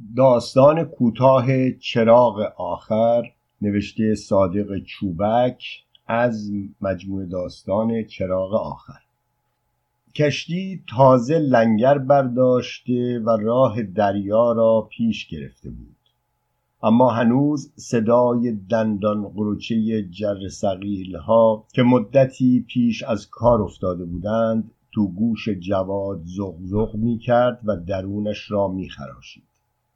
داستان کوتاه چراغ آخر نوشته صادق چوبک از مجموعه داستان چراغ آخر. کشتی تازه لنگر برداشته و راه دریا را پیش گرفته بود، اما هنوز صدای دندان قروچه جرثقیل‌ها که مدتی پیش از کار افتاده بودند تو گوش جواد زغزغ می‌کرد و درونش را می‌خراشید.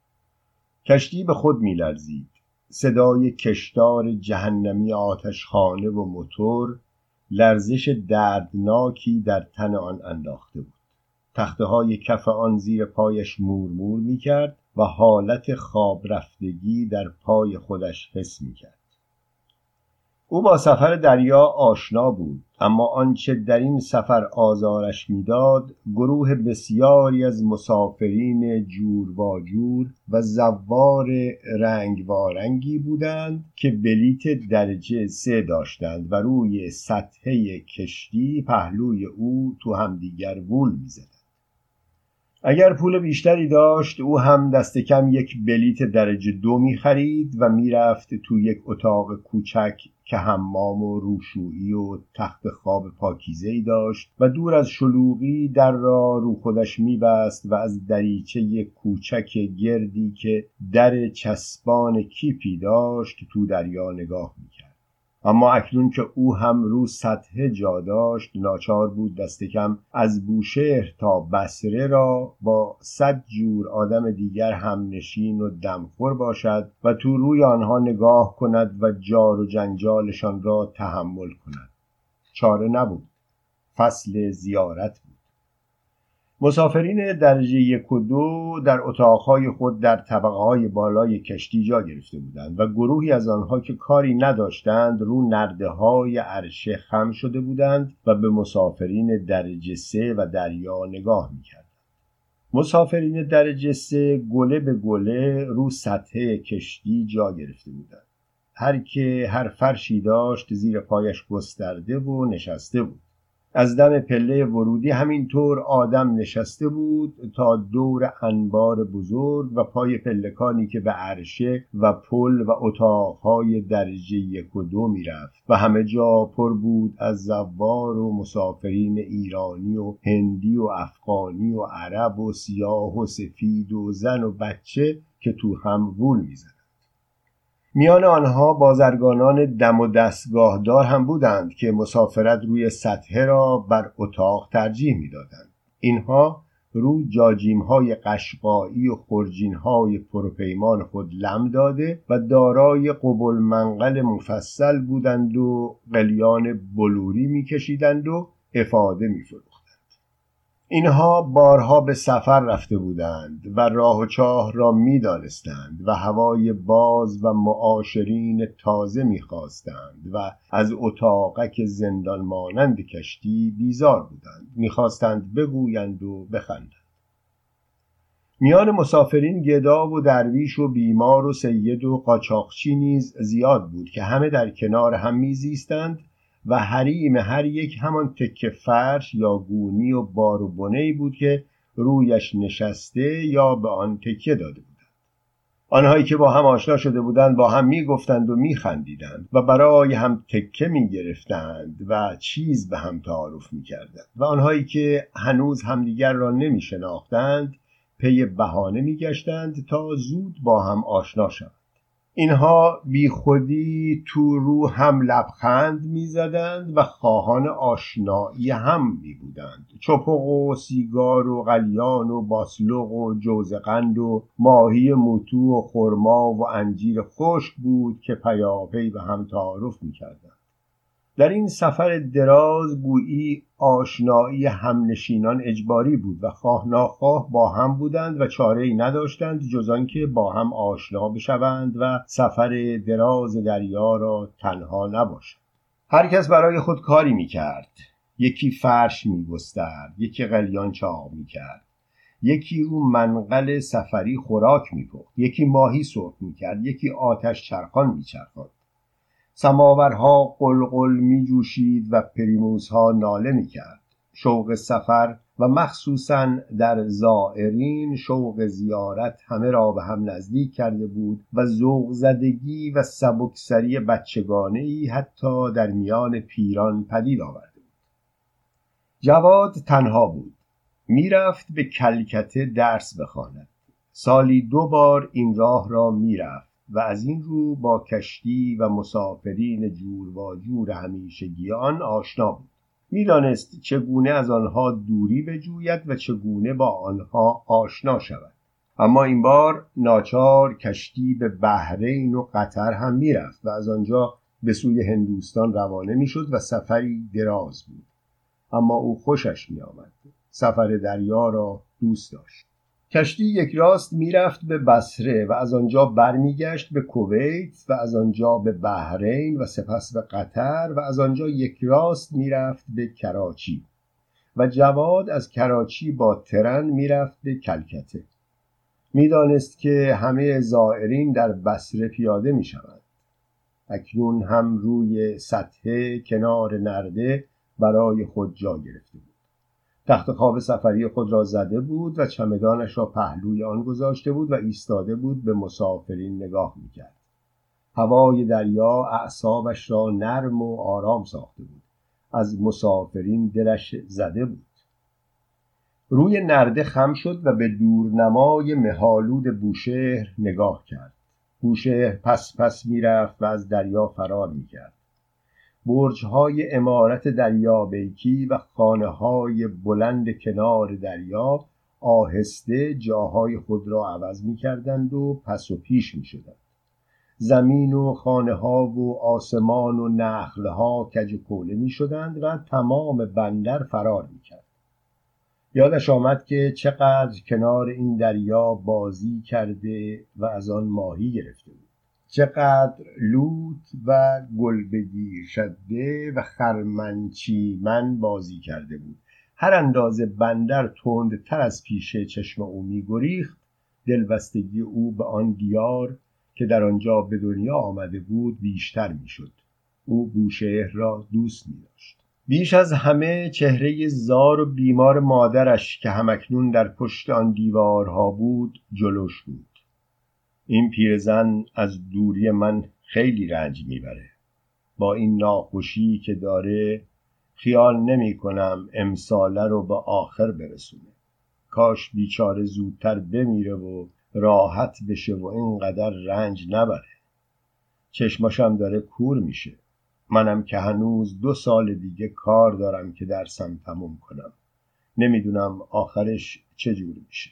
کشتی به خود می‌لرزید. صدای کشتار جهنمی آتشخانه و موتور لرزش دردناکی در تن آن انداخته بود. تخته‌های کف آن زیر پایش مورمور می‌کرد و حالت خواب رفتگی در پای خودش حس می‌کرد. او با سفر دریا آشنا بود، اما آنچه در این سفر آزارش می‌داد گروه بسیاری از مسافرین جور و جور و زوار رنگ وارنگی بودند که بلیت درجه 3 داشتند و روی سطح کشتی پهلوی او تو همدیگر وول می‌زدند. اگر پول بیشتری داشت او هم دست کم یک بلیت درجه 2 می‌خرید و می‌رفت تو یک اتاق کوچک که حمام و روشویی و تخت خواب پاکیزه‌ای داشت و دور از شلوغی در را رو خودش می‌بست و از دریچه کوچک گردی که در چسبان کیپی داشت تو دریا نگاه می‌کرد. اما اکنون که او هم رو سطح جا داشت ناچار بود دست کم از بوشهر تا بصره را با 100 جور آدم دیگر هم نشین و دمخور باشد و تو روی آنها نگاه کند و جار و جنجالشان را تحمل کند. چاره نبود. فصل زیارت بود. مسافرین درجه 1 و 2 در اتاقهای خود در طبقه‌های بالای کشتی جا گرفته بودند و گروهی از آنها که کاری نداشتند رو نرده‌های عرشه خم شده بودند و به مسافرین درجه 3 و دریا نگاه می‌کردند. مسافرین درجه 3 گله به گله رو سطح کشتی جا گرفته بودند. هر که هر فرشی داشت زیر پایش گسترده و نشسته بود. از دم پله ورودی همینطور آدم نشسته بود تا دور انبار بزرگ و پای پلکانی که به عرشه و پل و اتاقهای درجه 1 و 2 میرفت و همه جا پر بود از زوار و مسافرین ایرانی و هندی و افغانی و عرب و سیاه و سفید و زن و بچه که تو هم وول میزد. میان آنها بازرگانان دم و دستگاهدار هم بودند که مسافرت روی سطح را بر اتاق ترجیح می‌دادند. اینها رو جاجیم‌های قشقایی و خرجین‌های پروپیمان خود لم داده و دارای قبل منقل مفصل بودند و قلیان بلوری می‌کشیدند و افاده می‌فروختند. اینها بارها به سفر رفته بودند و راه و چاه را می‌دانستند و هوای باز و معاشرین تازه می‌خواستند و از اتاقک زندان مانند کشتی بیزار بودند. می‌خواستند بگویند و بخندند. میان مسافرین گدا و درویش و بیمار و سید و قاچاقچی نیز زیاد بود که همه در کنار هم می‌زیستند و حریم هر یک همان تکه فرش یا گونی و بار و بنه‌ای بود که رویش نشسته یا به آن تکیه داده بودند. آنهایی که با هم آشنا شده بودند با هم می‌گفتند و می‌خندیدند و برای هم تکه می‌گرفتند و چیز به هم تعارف می‌کردند و آنهایی که هنوز همدیگر را نمی‌شناختند پی بهانه می‌گشتند تا زود با هم آشنا شوند. اینها بی خودی تو رو هم لبخند می زدند و خواهان آشنایی هم می بودند. چپق و سیگار و قلیان و باسلق و جوزقند و ماهی موتو و خرما و انجیر خشک بود که پیاپی به هم تعارف می کردند. در این سفر دراز گویی آشنایی همنشینان اجباری بود و خواه ناخواه با هم بودند و چاره‌ای نداشتند جز آنکه با هم آشنا بشوند و سفر دراز دریا را تنها نباشند. هر کس برای خود کاری می‌کرد. یکی فرش می‌گسترد، یکی قلیان چاق می‌کرد، یکی رو منقل سفری خوراک می‌پخت، یکی ماهی سرخ می‌کرد، یکی آتش چرخان می‌چرخاند. سماورها قلقل می جوشید و پریموسها ناله می کرد. شوق سفر و مخصوصاً در زائرین شوق زیارت همه را به هم نزدیک کرده بود و ذوق زدگی و سبکسری بچگانه‌ای حتی در میان پیران پدید آورده بود. جواد تنها بود. میرفت به کلکته درس بخواند. سالی 2 بار این راه را میرفت و از این رو با کشتی و مسافرین جور و جور همیشگی آن آشنا بود. میدانست چگونه از آنها دوری بجوید و چگونه با آنها آشنا شود. اما این بار ناچار کشتی به بحرین و قطر هم میرفت و از آنجا به سوی هندوستان روانه میشد و سفری دراز بود. اما او خوشش میآمد. سفر دریا را دوست داشت. کشتی یک راست میرفت به بصره و از آنجا برمیگشت به کویت و از آنجا به بحرین و سپس به قطر و از آنجا یک راست میرفت به کراچی و جواد از کراچی با ترن میرفت به کلکته. میدانست که همه زائرین در بصره پیاده میشوند. اکنون هم روی سطح کنار نرده برای خود جا گرفته بود. تخت خواب سفری خود را زده بود و چمدانش را پهلوی آن گذاشته بود و ایستاده بود به مسافرین نگاه میکرد. هوای دریا اعصابش را نرم و آرام ساخته بود. از مسافرین دلش زده بود. روی نرده خم شد و به دورنمای مه‌آلود بوشهر نگاه کرد. بوشهر پس میرفت و از دریا فرار میکرد. برج‌های عمارت دریابیکی و خانه‌های بلند کنار دریا آهسته جاهای خود را عوض می‌کردند و پس و پیش می‌شدند. زمین و خانه‌ها و آسمان و نخل‌ها کج و کوله می‌شدند و تمام بندر فرار می‌کرد. یادش آمد که چقدر کنار این دریا بازی کرده و از آن ماهی گرفته بود. چقدر لوت و گلبگیر شده و خرمنچیمن بازی کرده بود. هر اندازه بندر تندتر از پیش چشم او می‌گریخت، دلبستگی او به آن دیار که در آنجا به دنیا آمده بود بیشتر می‌شد. او بوشهر را دوست می‌داشت. بیش از همه چهره زار و بیمار مادرش که همکنون در پشت آن دیوارها بود جلوش بود. این پیرزن از دوری من خیلی رنج میبره. با این ناخوشی که داره خیال نمی کنم امساله رو به آخر برسونه. کاش بیچاره زودتر بمیره و راحت بشه و اینقدر رنج نبره. چشماشم داره کور میشه. منم که هنوز 2 سال دیگه کار دارم که درسم تموم کنم. نمیدونم آخرش چجور میشه.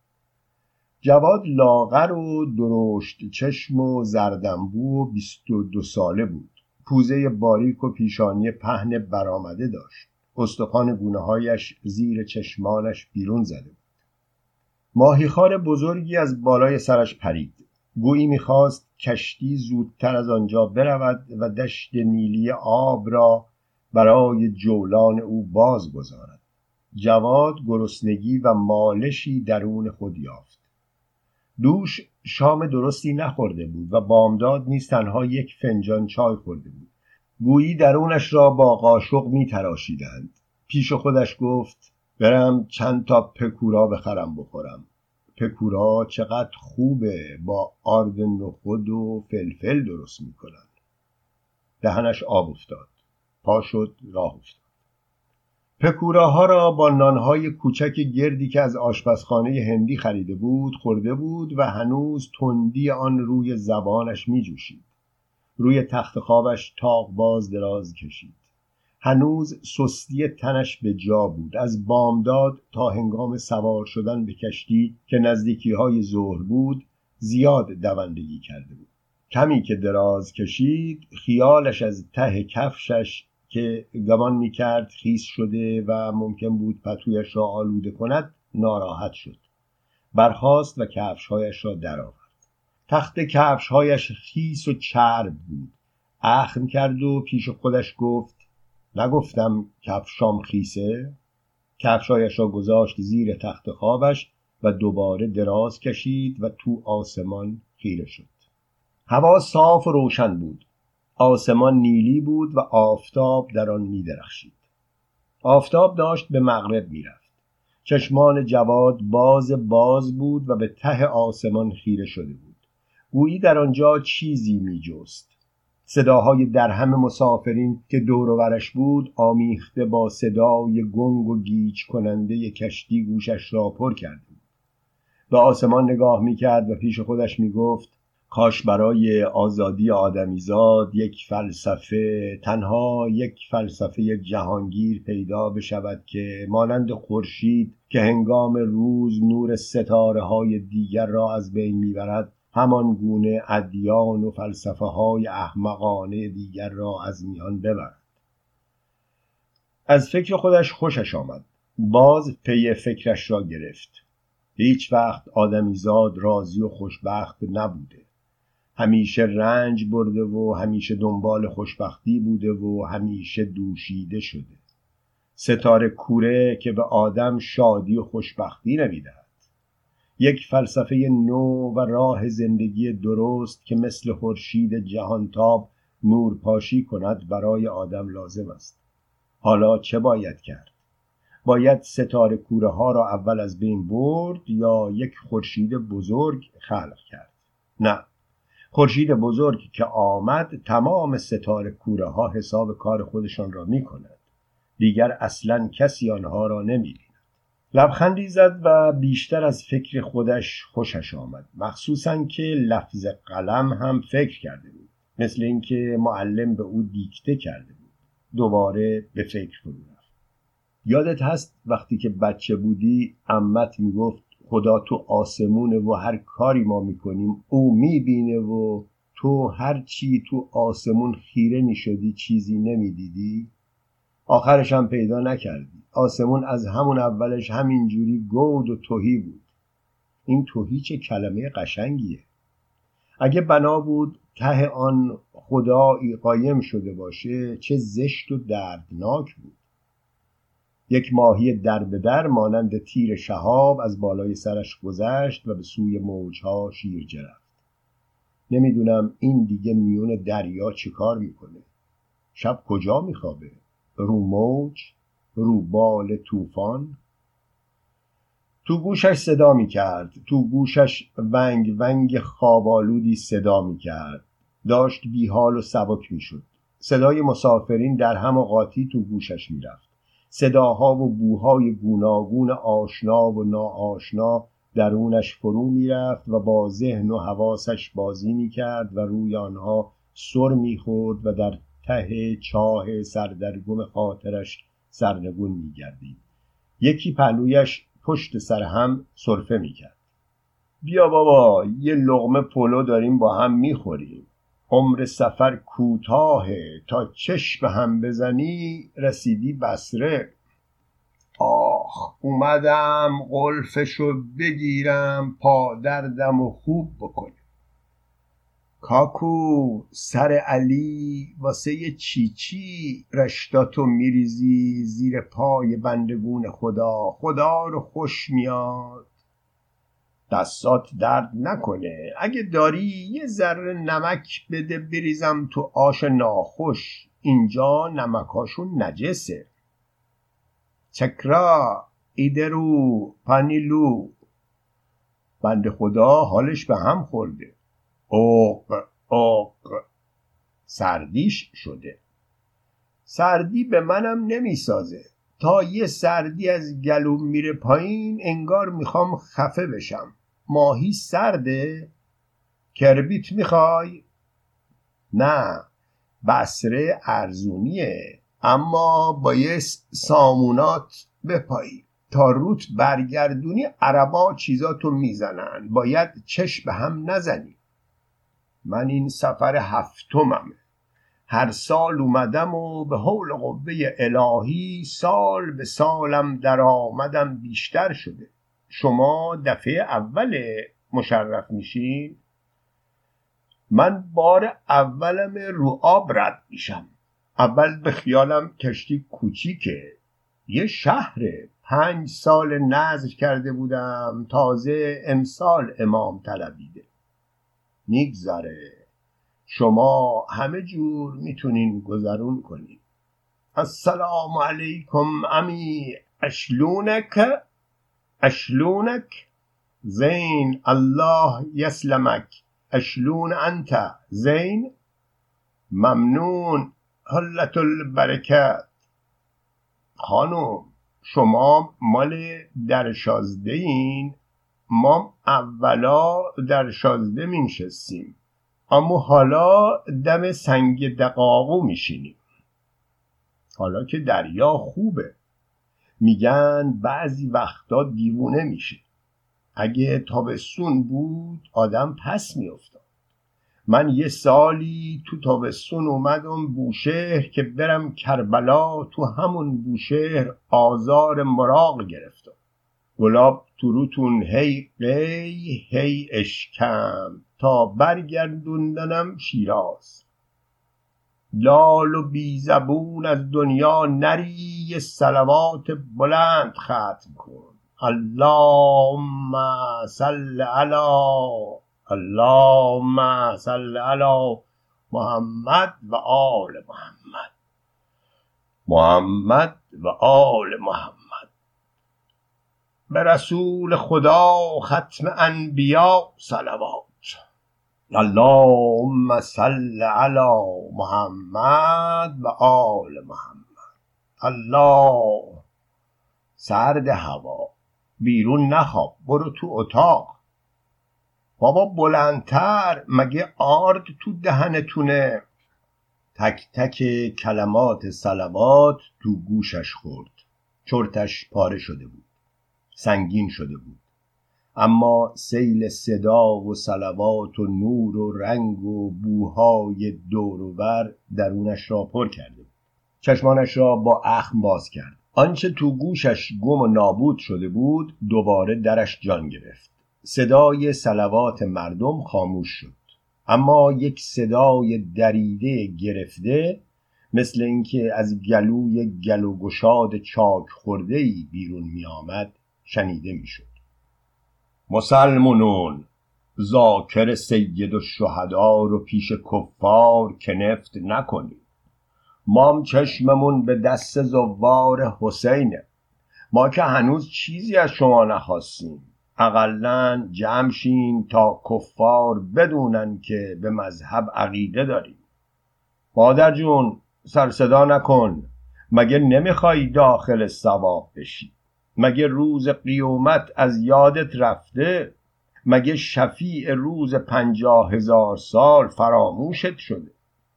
جواد لاغر و درشت چشم و زردنبو و 22 ساله بود. پوزه باریک و پیشانی پهن برآمده داشت. استخوان گونه‌هایش زیر چشمانش بیرون زده بود. ماهیخوار بزرگی از بالای سرش پرید. گویی می‌خواست کشتی زودتر از آنجا برود و دشت نیلی آب را برای جولان او باز گذارد. جواد گرسنگی و مالشی درون خود یافت. دوش شام درستی نخورده بود و بامداد نیز تنها 1 فنجان چای خورده بود. گویی درونش را با قاشق می‌تراشیدند. پیش خودش گفت برم چند تا پکورا بخرم بخورم. پکورا چقدر خوبه، با آرد نخود و فلفل درست می‌کنن. دهنش آب افتاد. پا شد راه افتاد. پکوراها را با نانهای کوچک گردی که از آشپزخانه هندی خریده بود خورده بود و هنوز تندی آن روی زبانش می جوشید. روی تخت خوابش طاق باز دراز کشید. هنوز سستی تنش به جا بود. از بامداد تا هنگام سوار شدن به کشتی که نزدیکی‌های ظهر بود زیاد دوندگی کرده بود. کمی که دراز کشید خیالش از ته کفشش که گمان می‌کرد خیس شده و ممکن بود پتویش را آلوده کند ناراحت شد. برخاست و کفش‌هایش را درآورد. تخت کفش‌هایش خیس و چرب بود. اخم کرد و پیش خودش گفت نگفتم کفشام خیسه؟ کفش‌هایش را گذاشت زیر تخت خوابش و دوباره دراز کشید و تو آسمان خیره شد. هوا صاف و روشن بود. آسمان نیلی بود و آفتاب در آن می درخشید. آفتاب داشت به مغرب می رفت. چشمان جواد باز بود و به ته آسمان خیره شده بود. گویی در آنجا چیزی می جست. صداهای درهم مسافرین که دور و برش بود آمیخته با صدای گنگ و گیج کننده کشتی گوشش را پر کرده بود. به آسمان نگاه می کرد و پیش خودش می گفت کاش برای آزادی آدمیزاد یک فلسفه، تنها یک فلسفه جهانگیر پیدا بشود که مانند خورشید که هنگام روز نور ستاره های دیگر را از بین میبرد، همان گونه ادیان و فلسفه های احمقانه دیگر را از میان ببرد. از فکر خودش خوشش آمد. باز پی فکرش را گرفت. هیچ وقت آدمیزاد راضی و خوشبخت نبوده. همیشه رنج برده و همیشه دنبال خوشبختی بوده و همیشه دوشیده شده. ستاره کوره که به آدم شادی و خوشبختی نمیدهد. یک فلسفه نو و راه زندگی درست که مثل خورشید جهانتاب نورپاشی کند برای آدم لازم است. حالا چه باید کرد؟ باید ستاره کوره ها را اول از بین برد یا یک خورشید بزرگ خلق کرد؟ نه، خورشید بزرگ که آمد تمام ستاره کوره ها حساب کار خودشان را می کند. دیگر اصلاً کسی آنها را نمی بیند. لبخندی زد و بیشتر از فکر خودش خوشش آمد، مخصوصاً که لفظ قلم هم فکر کرده بود، مثل اینکه معلم به او دیکته کرده بود. دوباره به فکر فرو رفت. یادت هست وقتی که بچه بودی عمت میگفت خدا تو آسمونه و هر کاری ما میکنیم او میبینه و تو هر چی تو آسمون خیره میشدی چیزی نمیدیدی؟ آخرش هم پیدا نکردی. آسمون از همون اولش همینجوری گود و تهی بود. این تهی چه کلمه قشنگیه. اگه بنا بود ته آن خدایی قایم شده باشه چه زشت و دردناک بود. یک ماهی در به در مانند تیر شهاب از بالای سرش گذشت و به سوی موجها شیرجه رفت. نمیدونم این دیگه میون دریا چی کار میکنه. شب کجا میخوابه؟ رو موج؟ رو بال طوفان؟ تو گوشش صدا میکرد. تو گوشش ونگ ونگ خوابالودی صدا میکرد. داشت بیحال و سبک میشد. صدای مسافرین در هم و قاطی تو گوشش میرفت. صداها و بوهای گوناگون آشنا و ناآشنا درونش فرو میرفت و با ذهن و حواسش بازی میکرد و روی آنها سر میخورد و در ته چاه سردرگم خاطرش سرنگون میگردید. یکی پهلویش پشت سر هم سرفه میکرد. بیا بابا یه لقمه پلو داریم با هم میخوریم. عمر سفر کوتاهه، تا چشم هم بزنی رسیدی بصره. آخ اومدم قلفشو بگیرم پا دردم و خوب بکنه. کاکو سر علی واسه چی رشتاتو میریزی زیر پای بندگون خدا. خدا رو خوش میاد. دستات درد نکنه. اگه داری یه ذره نمک بده بریزم تو آش ناخوش. اینجا نمکاشون نجسه. چکرا ایدرو پانیلو. بنده خدا حالش به هم خورده. اوق سردیش شده. سردی به منم نمیسازه. تا یه سردی از گلوم میره پایین انگار میخوام خفه بشم. ماهی سرده؟ کربیت میخوای؟ نه، بصره ارزونیه، اما بایست سامونات بپایی. تا روت برگردونی عربا چیزاتو میزنن. باید چشم به هم نزنی. من این سفر هفتممه. هر سال اومدم و به حول قوه الهی سال به سالم در آمدم بیشتر شده. شما دفعه اول مشرف میشین؟ من بار اولم رو آب رد میشم. اول به خیالم کشتی کوچیکه، یه شهره. 5 سال نذر کرده بودم، تازه امسال امام طلبیده. میگذره. شما همه جور میتونین گذرون کنین. السلام علیکم امی اشلونک. اشلونک زین الله یسلمک اشلون انت زین ممنون حلت البرکت. خانم شما مال در 16 این، ما اولا در 16 می نشستیم، اما حالا دم سنگ دقاقو میشینیم. حالا که دریا خوبه، میگن بعضی وقتا دیوونه میشه. اگه تابستون بود آدم پس میافتاد. من یه سالی تو تابستون اومدم بوشهر که برم کربلا، تو همون بوشهر آزار مراغ گرفتم. گلاب تو روتون هی قی هی اشکم تا برگردوندنم شیراز. لال و بی زبون از دنیا نری، یه صلوات بلند ختم کن. اللهم صل علی اللهم صل علی محمد و آل محمد، محمد و آل محمد. به رسول خدا ختم انبیا صلوات. اللهم صل علی محمد و آل محمد. الله سرد هوا، بیرون نخواب، برو تو اتاق. بابا بلندتر، مگه آرد تو دهنتونه؟ تک تک کلمات صلوات تو گوشش خورد. چرتش پاره شده بود، سنگین شده بود، اما سیل صدا و صلوات و نور و رنگ و بوهای دور و بر درونش را پر کرده بود. چشمانش را با اخم باز کرد. آنچه تو گوشش گم و نابود شده بود دوباره درش جان گرفت. صدای صلوات مردم خاموش شد، اما یک صدای دریده گرفته، مثل اینکه از گلوی گلو گشاد چاک خورده‌ای بیرون می آمد، شنیده می شد. مسلمونون، ذاکر سید الشهدا رو پیش کفار کنفت نکنیم. مام چشممون به دست زوار حسینه. ما که هنوز چیزی از شما نخواستیم. اقلن جمع شین تا کفار بدونن که به مذهب عقیده داریم. مادر جون سر صدا نکن. مگه نمیخوای داخل ثواب بشی؟ مگه روز قیامت از یادت رفته؟ مگه شفیع روز 50,000 سال فراموشت شده؟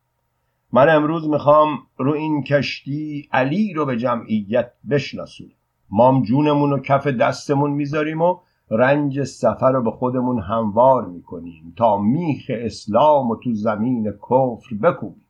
من امروز میخوام رو این کشتی علی رو به جمعیت بشناسونم. مام جونمون رو کف دستمون میذاریم و رنج سفر رو به خودمون هموار میکنیم تا میخ اسلام رو تو زمین کفر بکوبیم.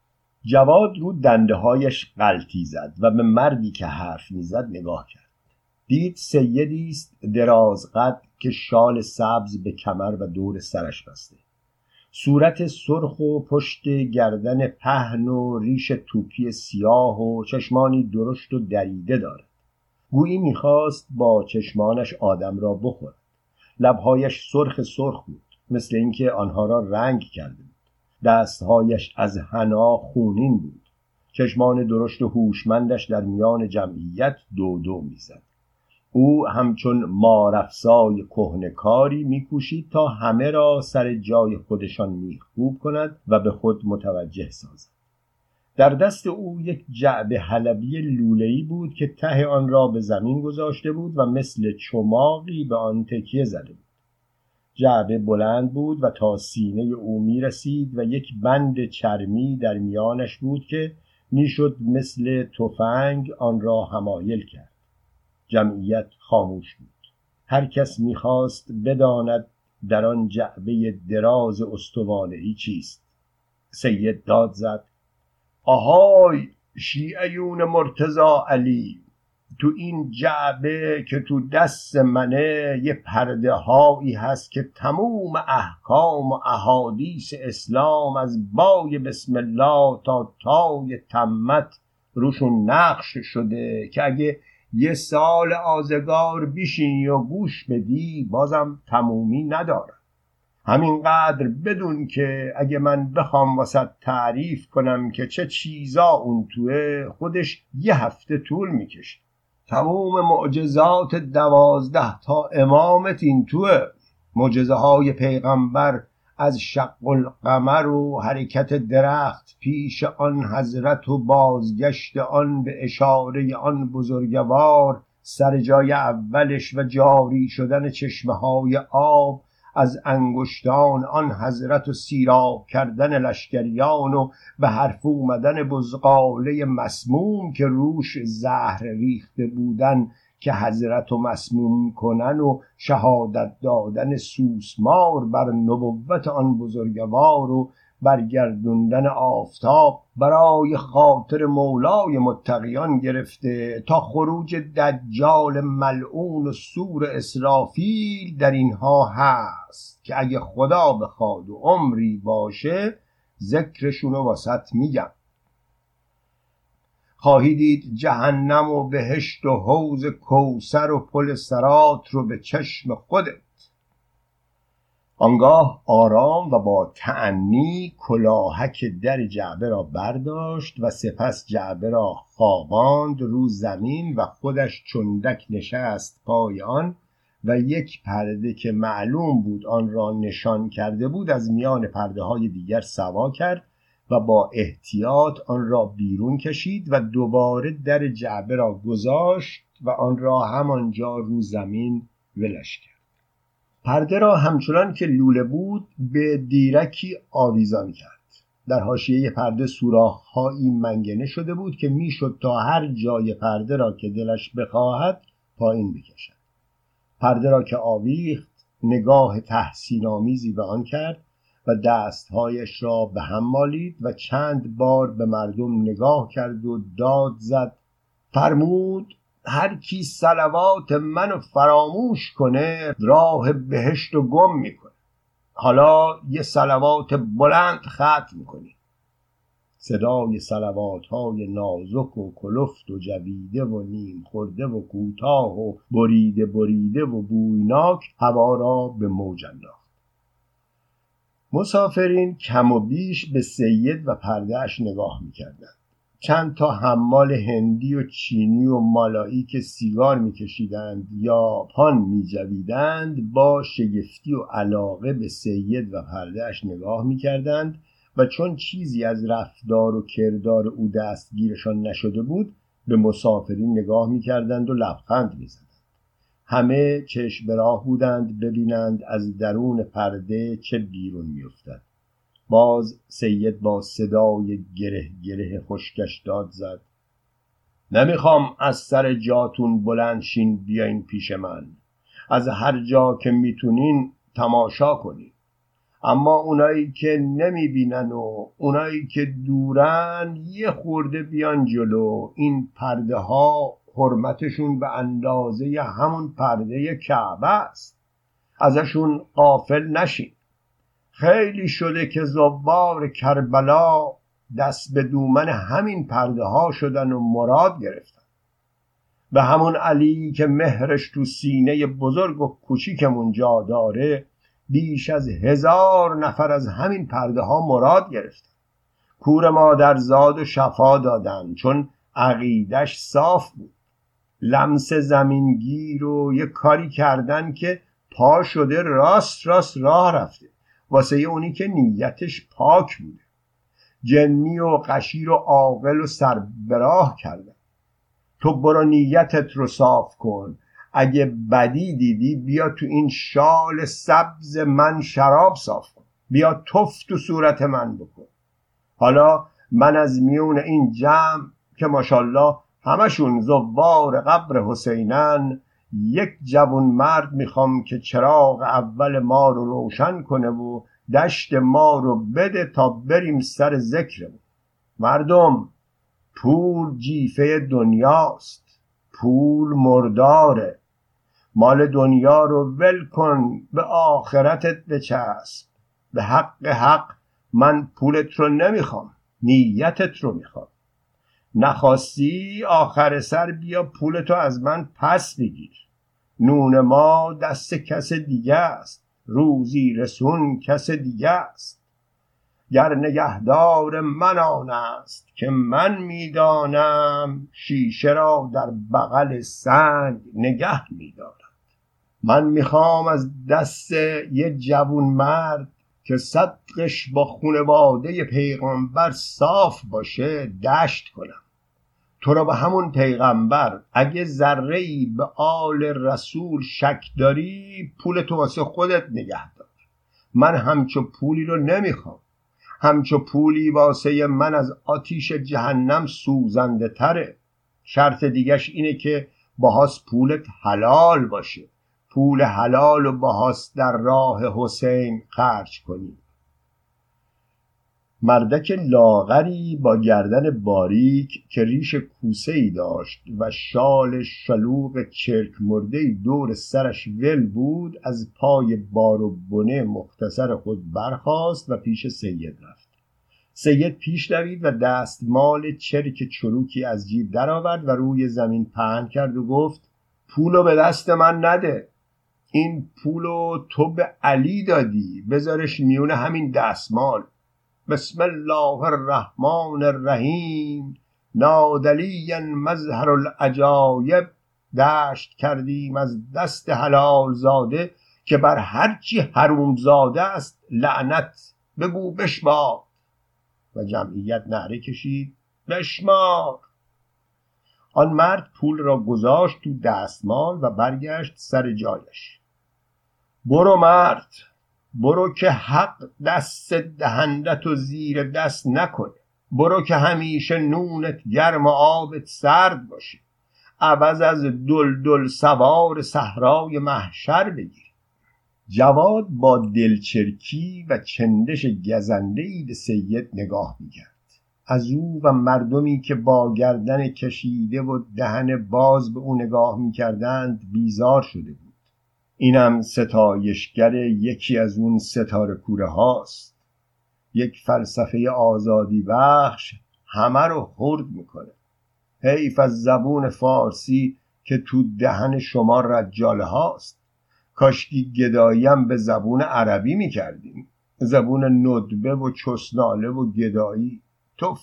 جواد رو دنده هایش غلطی زد و به مردی که حرف میزد نگاه کرد. دید سیدی است دراز قد که شال سبز به کمر و دور سرش بسته، صورت سرخ و پشت گردن پهن و ریش توپی سیاه و چشمانی درشت و دریده دارد. گویی میخواست با چشمانش آدم را بخورد. لبهایش سرخ بود، مثل اینکه آنها را رنگ کرده بود. دستهایش از حنا خونین بود. چشمان درشت و هوشمندش در میان جمعیت دو میزد. او همچون مارافسای کهنه‌کاری میکوشید تا همه را سر جای خودشان میخکوب کند و به خود متوجه سازد. در دست او یک جعبه حلبی لوله‌ای بود که ته آن را به زمین گذاشته بود و مثل چماقی به آن تکیه زده بود. جعبه بلند بود و تا سینه او میرسید و یک بند چرمی در میانش بود که میشد مثل تفنگ آن را حمایل کرد. جمعیت خاموش بود. هر کس میخواست بداند در آن جعبه دراز استوانه‌ای چیست. سید داد زد: آهای شیعیون مرتضی علی، تو این جعبه که تو دست منه یه پرده هایی هست که تموم احکام و احادیث اسلام از بای بسم الله تا تای تمت روشون نقش شده که اگه یه سال آزگار بیشینی و گوش بدی بازم تمومی نداره. همینقدر بدون که اگه من بخوام واسه تعریف کنم که چه چیزا اون توه، خودش 1 هفته طول میکشه. تمام معجزات 12 تا امامت این توه. معجزه های پیغمبر از شق القمر و حرکت درخت پیش آن حضرت و بازگشت آن به اشاره آن بزرگوار سر جای اولش و جاری شدن چشمه های آب از انگشتان آن حضرت و سیراب کردن لشکریان و به حرف اومدن بزغاله مسموم که روش زهر ریخته بودن که حضرت و مسموم کنن و شهادت دادن سوسمار بر نبوت آن بزرگوار و برگردوندن آفتاب برای خاطر مولای متقیان گرفته تا خروج دجال ملعون و سور اسرافیل در اینها هست که اگه خدا بخواد و عمری باشه ذکرشونو واسط میگم. خواهی دید جهنم و بهشت و حوض کوثر و پل صراط رو به چشم خودت. آنگاه آرام و با تأنی کلاهک در جعبه را برداشت و سپس جعبه را خواباند رو زمین و خودش چندک نشست پای آن و یک پرده که معلوم بود آن را نشان کرده بود از میان پرده های دیگر سوا کرد و با احتیاط آن را بیرون کشید و دوباره در جعبه را گذاشت و آن را همانجا رو زمین ولش کرد. پرده را همچنان که لوله بود به دیرکی آویزان کرد. در حاشیه پرده سوراخ‌هایی منگنه شده بود که میشد تا هر جای پرده را که دلش بخواهد پایین بکشد. پرده را که آویخت نگاه تحسین آمیزی به آن کرد و دستهایش را به هم مالید و چند بار به مردم نگاه کرد و داد زد. فرمود هر کی صلوات منو فراموش کنه راه بهشت رو گم میکنه. حالا یه صلوات بلند ختم کنی. صدای صلوات های نازک و کلفت و جویده و نیم خورده و کوتاه و بریده بریده و بویناک هوا را به موج انداخت. مسافرین کم و بیش به سید و پردهش نگاه میکردند. چند تا حمال هندی و چینی و مالایی که سیگار میکشیدند یا پان میجویدند با شگفتی و علاقه به سید و پردهش نگاه میکردند و چون چیزی از رفتار و کردار او دستگیرشان نشده بود به مسافرین نگاه میکردند و لبخند میزدند. همه چشم به راه بودند ببینند از درون پرده چه بیرون میافتد. باز سید با صدای گره گره خشکش داد زد. نمیخوام از سر جاتون بلند شین بیاین پیش من. از هر جا که میتونین تماشا کنین. اما اونایی که نمیبینن و اونایی که دورن یه خورده بیان جلو. این پرده ها حرمتشون به اندازه همون پرده کعبه است. ازشون غافل نشین. خیلی شده که زوار کربلا دست به دومن همین پرده ها شدن و مراد گرفتن. به همون علی که مهرش تو سینه بزرگ و کوچیکمون جا داره بیش از 1000 نفر از همین پرده ها مراد گرفتن. کور مادرزاد و شفا دادن چون عقیدش صاف بود. لمس زمینگیر و یه کاری کردن که پا شده راست راه رفته واسه اونی که نیتش پاک بوده. جنی و قشیر و عاقل و سربراه کردن. تو برو نیتت رو صاف کن. اگه بدی دیدی بیا تو این شال سبز من شراب صاف کن. بیا تف تو صورت من بکن. حالا من از میون این جمع که ماشاءالله همشون زوار قبر حسینن یک جوان مرد میخوام که چراغ اول ما رو روشن کنه و دشت ما رو بده تا بریم سر ذکرمون. مردم پول جیفه دنیاست. پول مرداره. مال دنیا رو ول کن به آخرتت بچسب. به حق من پولت رو نمیخوام. نیتت رو میخوام. نخواستی آخر سر بیا پولتو از من پس بگیر. نون ما دست کس دیگه است. روزی رسون کس دیگه است. گر نگهدار من آن است که من میدانم شیشه را در بغل سنگ نگه میدارم. من میخوام از دست یه جوون مرد که صدقش با خونواده پیغمبر صاف باشه دشت کنم. تو را به همون پیغمبر اگه ذره‌ای به آل رسول شک داری پول تو واسه خودت نگه دار. من همچو پولی رو نمیخوام. همچو پولی واسه من از آتیش جهنم سوزنده تره. شرط دیگش اینه که باهاس پولت حلال باشه. پول حلال و باهاس در راه حسین خرج کنی. مردک لاغری با گردن باریک که ریش کوسه‌ای داشت و شال شلوغ چرک مرده‌ای دور سرش ول بود از پای بار و بنه مختصر خود برخاست و پیش سید رفت. سید پیش دوید و دستمال چرک چروکی از جیب درآورد و روی زمین پهن کرد و گفت پولو به دست من نده. این پولو تو به علی دادی، بذارش میونه همین دستمال. بسم الله الرحمن الرحیم نادلی مظهر العجایب. دشت کردیم از دست حلال زاده که بر هرچی حروم زاده است لعنت بگو بشمار. و جمعیت نعره کشید بشمار. آن مرد پول را گذاشت تو دستمال و برگشت سر جایش. برو مرد، برو که حق دست دهندت و زیر دست نکنه. برو که همیشه نونت گرم و آبت سرد باشه. عوض از دلدل سوار صحرای محشر بگیر. جواد با دلچرکی و چندش گزنده‌ای به سید نگاه می‌کرد. از او و مردمی که با گردن کشیده و دهن باز به او نگاه می‌کردند بیزار شده بود. اینم ستایشگر یکی از اون ستاره کوره هاست. یک فلسفه آزادی بخش همه رو خرد میکنه. حیف از زبون فارسی که تو دهن شما رجاله هاست. کاشکی گداییم به زبون عربی میکردیم. زبون ندبه و چسناله و گدایی توف.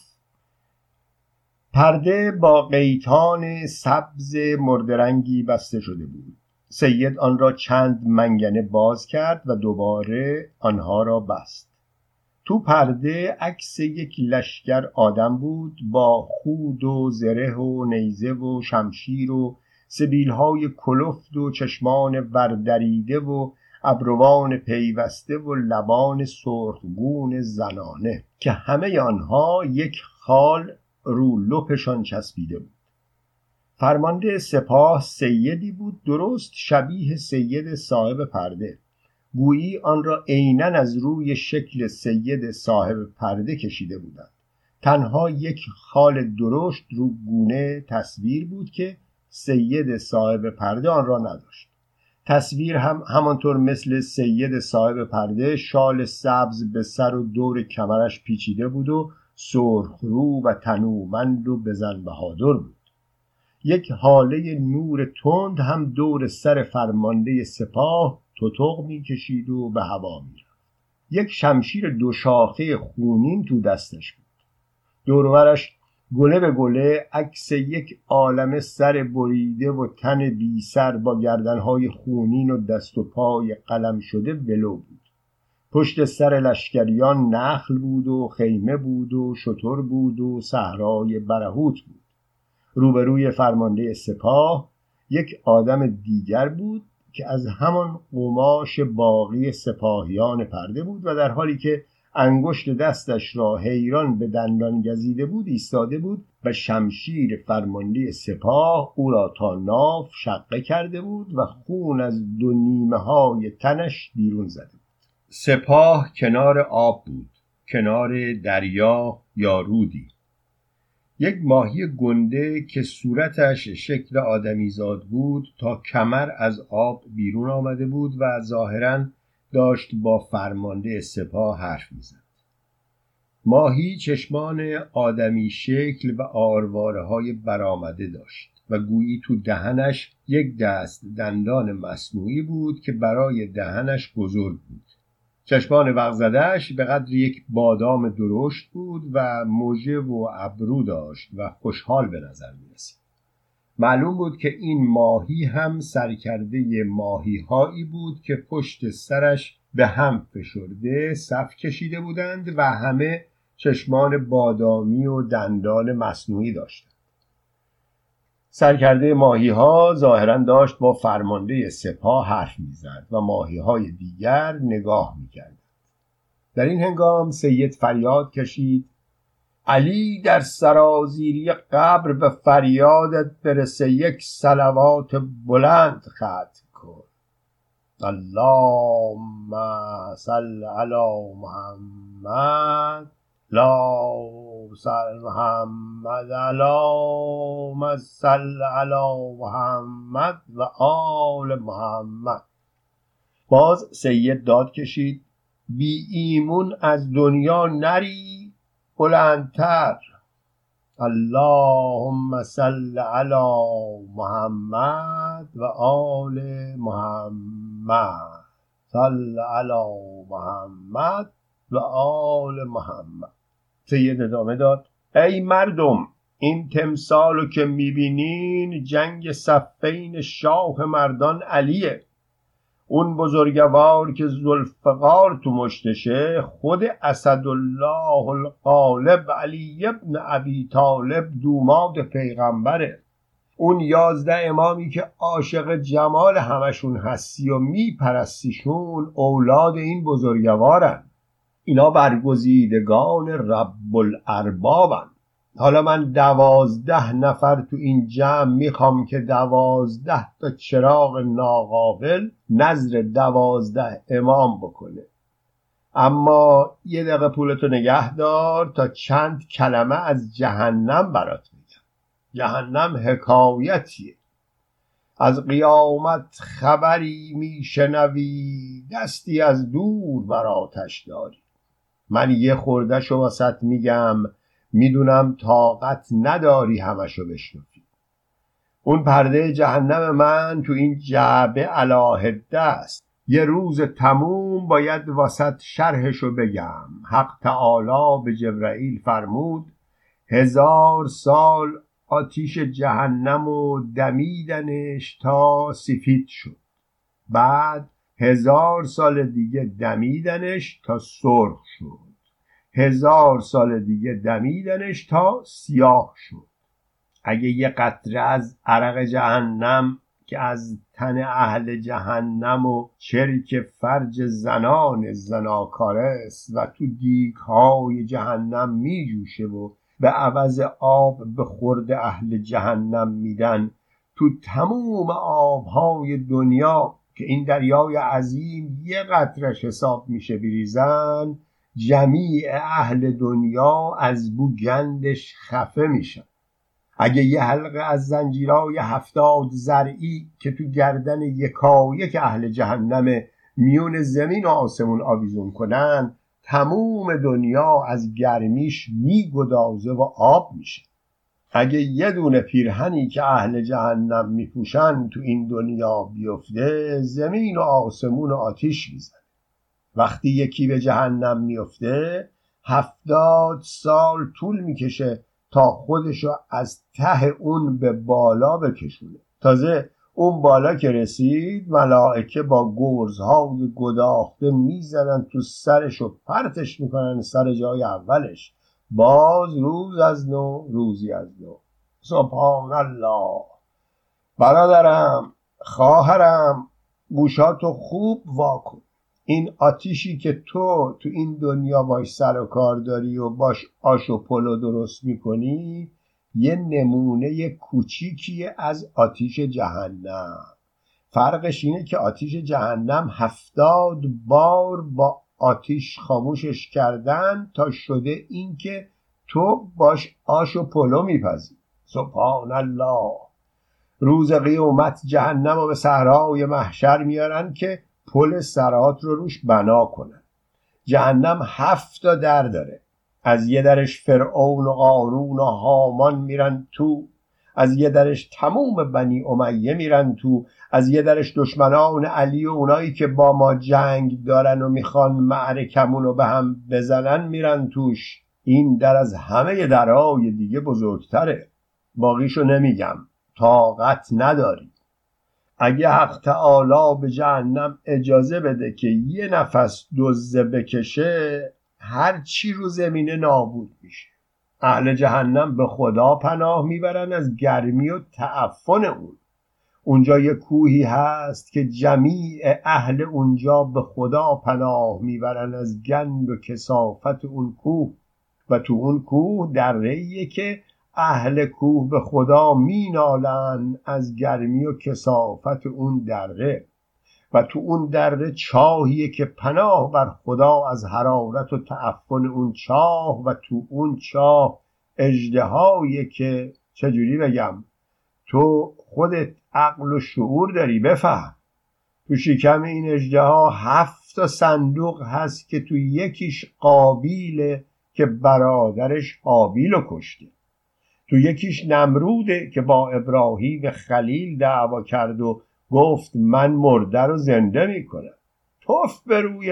پرده با قیتان سبز مردرنگی بسته شده بود. سید آن را چند منگنه باز کرد و دوباره آنها را بست. تو پرده عکس یک لشکر آدم بود با خود و زره و نیزه و شمشیر و سبیلهای کلفت و چشمان وردریده و ابروان پیوسته و لبان سرخگون زنانه که همه آنها یک خال رو لپشان چسبیده بود. فرمانده سپاه سیدی بود درست شبیه سید صاحب پرده. گویی آن را عیناً از روی شکل سید صاحب پرده کشیده بودند. تنها یک خال درشت رو گونه تصویر بود که سید صاحب پرده آن را نداشت. تصویر هم همانطور مثل سید صاحب پرده شال سبز به سر و دور کمرش پیچیده بود و سرخ رو و تنومند و بزن بهادر بود. یک حاله نور تند هم دور سر فرمانده سپاه تتق می‌کشید و به هوا می‌رفت. یک شمشیر دو شاخه خونین تو دستش بود. دور و برش گله به گله عکس یک عالمه سر بریده و تن بی سر با گردنهای خونین و دست و پای قلم شده ولو بود. پشت سر لشکریان نخل بود و خیمه بود و شتر بود و صحرای برهوت بود. روبروی فرمانده سپاه یک آدم دیگر بود که از همان قماش باقی سپاهیان پرده بود و در حالی که انگشت دستش را حیران به دندان گزیده بود ایستاده بود و شمشیر فرمانده سپاه او را تا ناف شقه کرده بود و خون از دو نیمه های تنش بیرون زده بود. سپاه کنار آب بود، کنار دریا یا رودی. یک ماهی گنده که صورتش شکل آدمیزاد بود تا کمر از آب بیرون آمده بود و ظاهراً داشت با فرمانده سپاه حرف می‌زد. ماهی چشمان آدمی شکل و آرواره‌های برآمده داشت و گویی تو دهنش یک دست دندان مصنوعی بود که برای دهنش بزرگ بود. چشمان وغزده‌اش به قدر یک بادام درشت بود و مژه و ابرو داشت و خوشحال به نظر می رسید. معلوم بود که این ماهی هم سرکرده ماهی هایی بود که پشت سرش به هم فشرده صف کشیده بودند و همه چشمان بادامی و دندان مصنوعی داشتند. سرکرده ماهی ها ظاهراً داشت با فرمانده سپاه حرف می‌زد و ماهی های دیگر نگاه می‌کردند. در این هنگام سید فریاد کشید: علی در سرازیری قبر به فریادت برسه، یک صلوات بلند ختم کن. اللهم صل علی محمد لا صل محمد اللهم صل علی محمد و آل محمد. باز سید داد کشید: بی ایمون از دنیا نری، بلندتر. اللهم صل علی محمد و آل محمد صل علی محمد و آل محمد. سید ادامه داد: ای مردم، این تمثالو که میبینین جنگ صفین شاه مردان علیه. اون بزرگوار که ذوالفقار تو مشتشه خود اسدالله الغالب علی ابن ابی طالب دوماد پیغمبره. اون 11 امامی که عاشق جمال همشون هستی و میپرستیشون اولاد این بزرگوارن. اینا برگزیدگان رب الاربابن. حالا من 12 نفر تو این جمع میخوام که 12 تا چراغ ناقابل نظر 12 امام بکنه. اما یه دقیقه پولتو نگه دار تا چند کلمه از جهنم برات میگم. جهنم حکایتیه. از قیامت خبری میشنوی، دستی از دور بر آتش داری. من یه خورده‌شو واسط میگم، میدونم طاقت نداری همشو بشنفی. اون پرده جهنم من تو این جعبه علاهده است. یه روز تموم باید واسط شرحشو بگم. حق تعالی به جبرائیل فرمود 1000 سال آتیش جهنم و دمیدنش تا سفید شد. بعد 1000 سال دیگه دمیدنش تا سرخ شد. 1000 سال دیگه دمیدنش تا سیاه شد. اگه یه قطره از عرق جهنم که از تن اهل جهنم و چرک فرج زنان زناکاره است و تو دیگ‌های جهنم می جوشه و به عوض آب به خورد اهل جهنم میدن، تو تموم آبهای دنیا که این دریای عظیم یه قطرش حساب میشه بریزن، جمیع اهل دنیا از بو گندش خفه میشن. اگه یه حلقه از زنجیرای 70 ضرعی که تو گردن یکایک اهل جهنم میون زمین و آسمون آویزون کنن، تموم دنیا از گرمیش میگدازه و آب میشه. اگه یه دونه پیرهنی که اهل جهنم میپوشن تو این دنیا بیفته، زمین و آسمون و آتیش میزنه. وقتی یکی به جهنم میفته 70 سال طول میکشه تا خودشو از ته اون به بالا بکشونه. تازه اون بالا که رسید، ملائکه با گرزهای گداخته میزنن تو سرش و پرتش میکنن سر جای اولش. باز روز از نو، روزی از نو. سبحان الله. برادرم، خواهرم، گوشاتو خوب واکن. این آتیشی که تو این دنیا باش سر و کار داری و باش آش و پلو درست میکنی، یه نمونه کوچیکیه از آتیش جهنم. فرقش اینه که آتیش جهنم 70 بار با آتیش خاموشش کردن تا شده این که تو باش آش و پلو میپزی. سبحان الله. روز قیامت جهنم رو به صحرای محشر میارن که پل صراط رو روش بنا کنن. جهنم 7 تا در داره. از یه درش فرعون و قارون و هامان میرن تو، از یه درش تموم بنی امیه میرن تو، از یه درش دشمنان علی و اونایی که با ما جنگ دارن و میخوان معرکمون رو به هم بزنن میرن توش. این در از همه درهای دیگه بزرگتره. باقیشو نمیگم، طاقت نداری. اگه حق تعالی به جهنم اجازه بده که یه نفس دزه بکشه، هر چی رو زمینه نابود میشه. اهل جهنم به خدا پناه میبرن از گرمی و تعفن اون. اونجا یه کوهی هست که جمیع اهل اونجا به خدا پناه میبرن از گند و کثافت اون کوه. و تو اون کوه دره‌ایه که اهل کوه به خدا مینالن از گرمی و کثافت اون دره. و تو اون دره چاهیه که پناه بر خدا از حرارت و تعفن اون چاه. و تو اون چاه اژدهاییه که چجوری بگم، تو خودت عقل و شعور داری، بفهم. تو شکم این اژدها 7 صندوق هست که تو یکیش قابیله که برادرش هابیل رو کشته، تو یکیش نمروده که با ابراهیم خلیل دعوا کرد و گفت من مرده رو زنده میکنم. توف به روی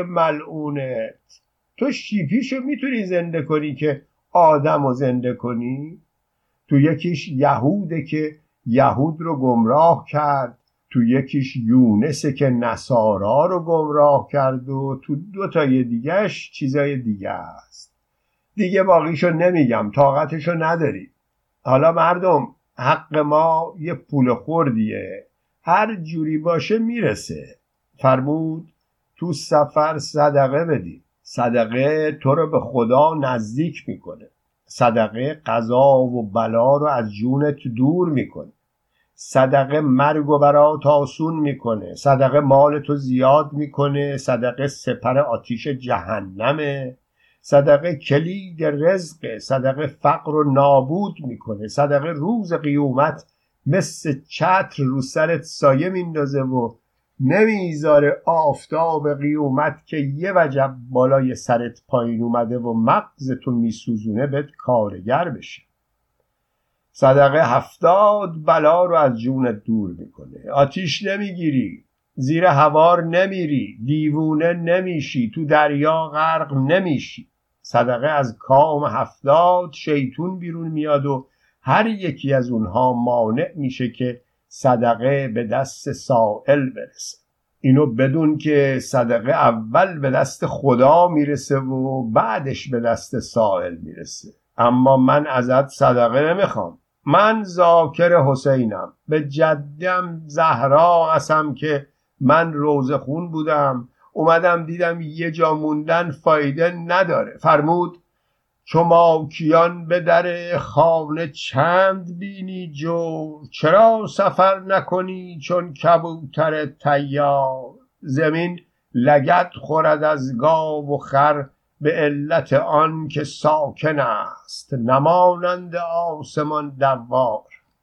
ملعونت، تو شیپیشو میتونی زنده کنی که آدم رو زنده کنی؟ تو یکیش یهوده که یهود رو گمراه کرد، تو یکیش یونسه که نصارا رو گمراه کرد، و تو 2 تای دیگهش چیزای دیگه است. دیگه باقیشو نمیگم، طاقتشو نداری. حالا مردم، حق ما یه پول خوردیه، هر جوری باشه میرسه. فرمود تو سفر صدقه بدی. صدقه تو رو به خدا نزدیک میکنه. صدقه قضا و بلا رو از جونت دور میکنه. صدقه مرگ و برات آسون میکنه. صدقه مال تو زیاد میکنه. صدقه سپر آتیش جهنمه. صدقه کلید رزقه. صدقه فقر رو نابود میکنه. صدقه روز قیامت مثل چتر رو سرت سایه میندازه و نمیذاره آفتاب قیامت که یه وجب بالای سرت پایین اومده و مغزتو میسوزونه بهت کارگر بشه. صدقه 70 بلا رو از جونت دور میکنه. آتیش نمیگیری، زیر هوار نمیری، دیوونه نمیشی، تو دریا غرق نمیشی. صدقه از کام 70 شیطون بیرون میاد و هر یکی از اونها مانع میشه که صدقه به دست سائل برسه. اینو بدون که صدقه اول به دست خدا میرسه و بعدش به دست سائل میرسه. اما من ازت صدقه نمیخوام. من ذاکر حسینم، به جدم زهرا قسم که من روزه خون بودم، اومدم دیدم یه جا موندن فایده نداره. فرمود چو ماکیان به در خانه چند بینی جور، چرا سفر نکنی چون کبوتر طیار. زمین لگد خورد از گاو و خر، به علت آن که ساکن است نمانند آسمان دوار.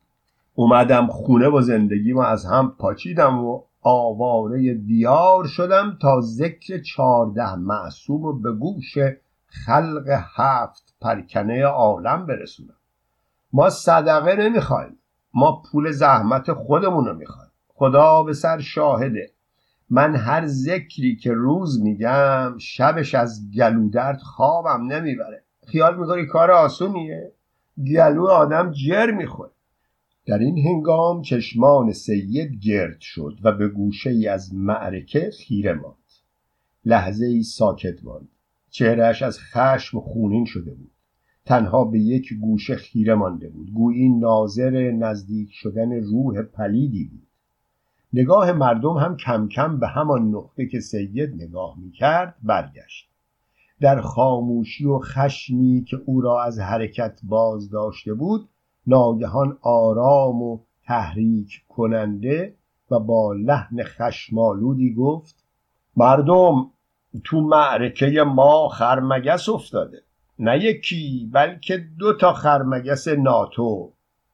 اومدم خونه و زندگیمو از هم پاچیدم و آواره دیار شدم تا ذکر 14 معصوم رو به گوش خلق 7 پرکنه عالم برسونم. ما صدقه نمیخوایم، ما پول زحمت خودمون رو میخوایم. خدا به سر شاهده، من هر ذکری که روز میگم شبش از گلو درد خوابم نمیبره. خیال میکنی کار آسونیه؟ گلو آدم جر میخوره. در این هنگام چشمان سید گرد شد و به گوشه ای از معرکه خیره ماند. لحظه ای ساکت ماند. چهرهش از خشم خونین شده بود. تنها به یک گوشه خیره مانده بود، گویی ناظر نزدیک شدن روح پلیدی بود. نگاه مردم هم کم کم به همان نقطه که سید نگاه می‌کرد برگشت. در خاموشی و خشمی که او را از حرکت باز داشته بود، ناگهان آرام و تحریک کننده و با لحن خشمالودی گفت: مردم، تو معرکه ما خرمگس افتاده، نه یکی بلکه 2 تا خرمگس ناتو.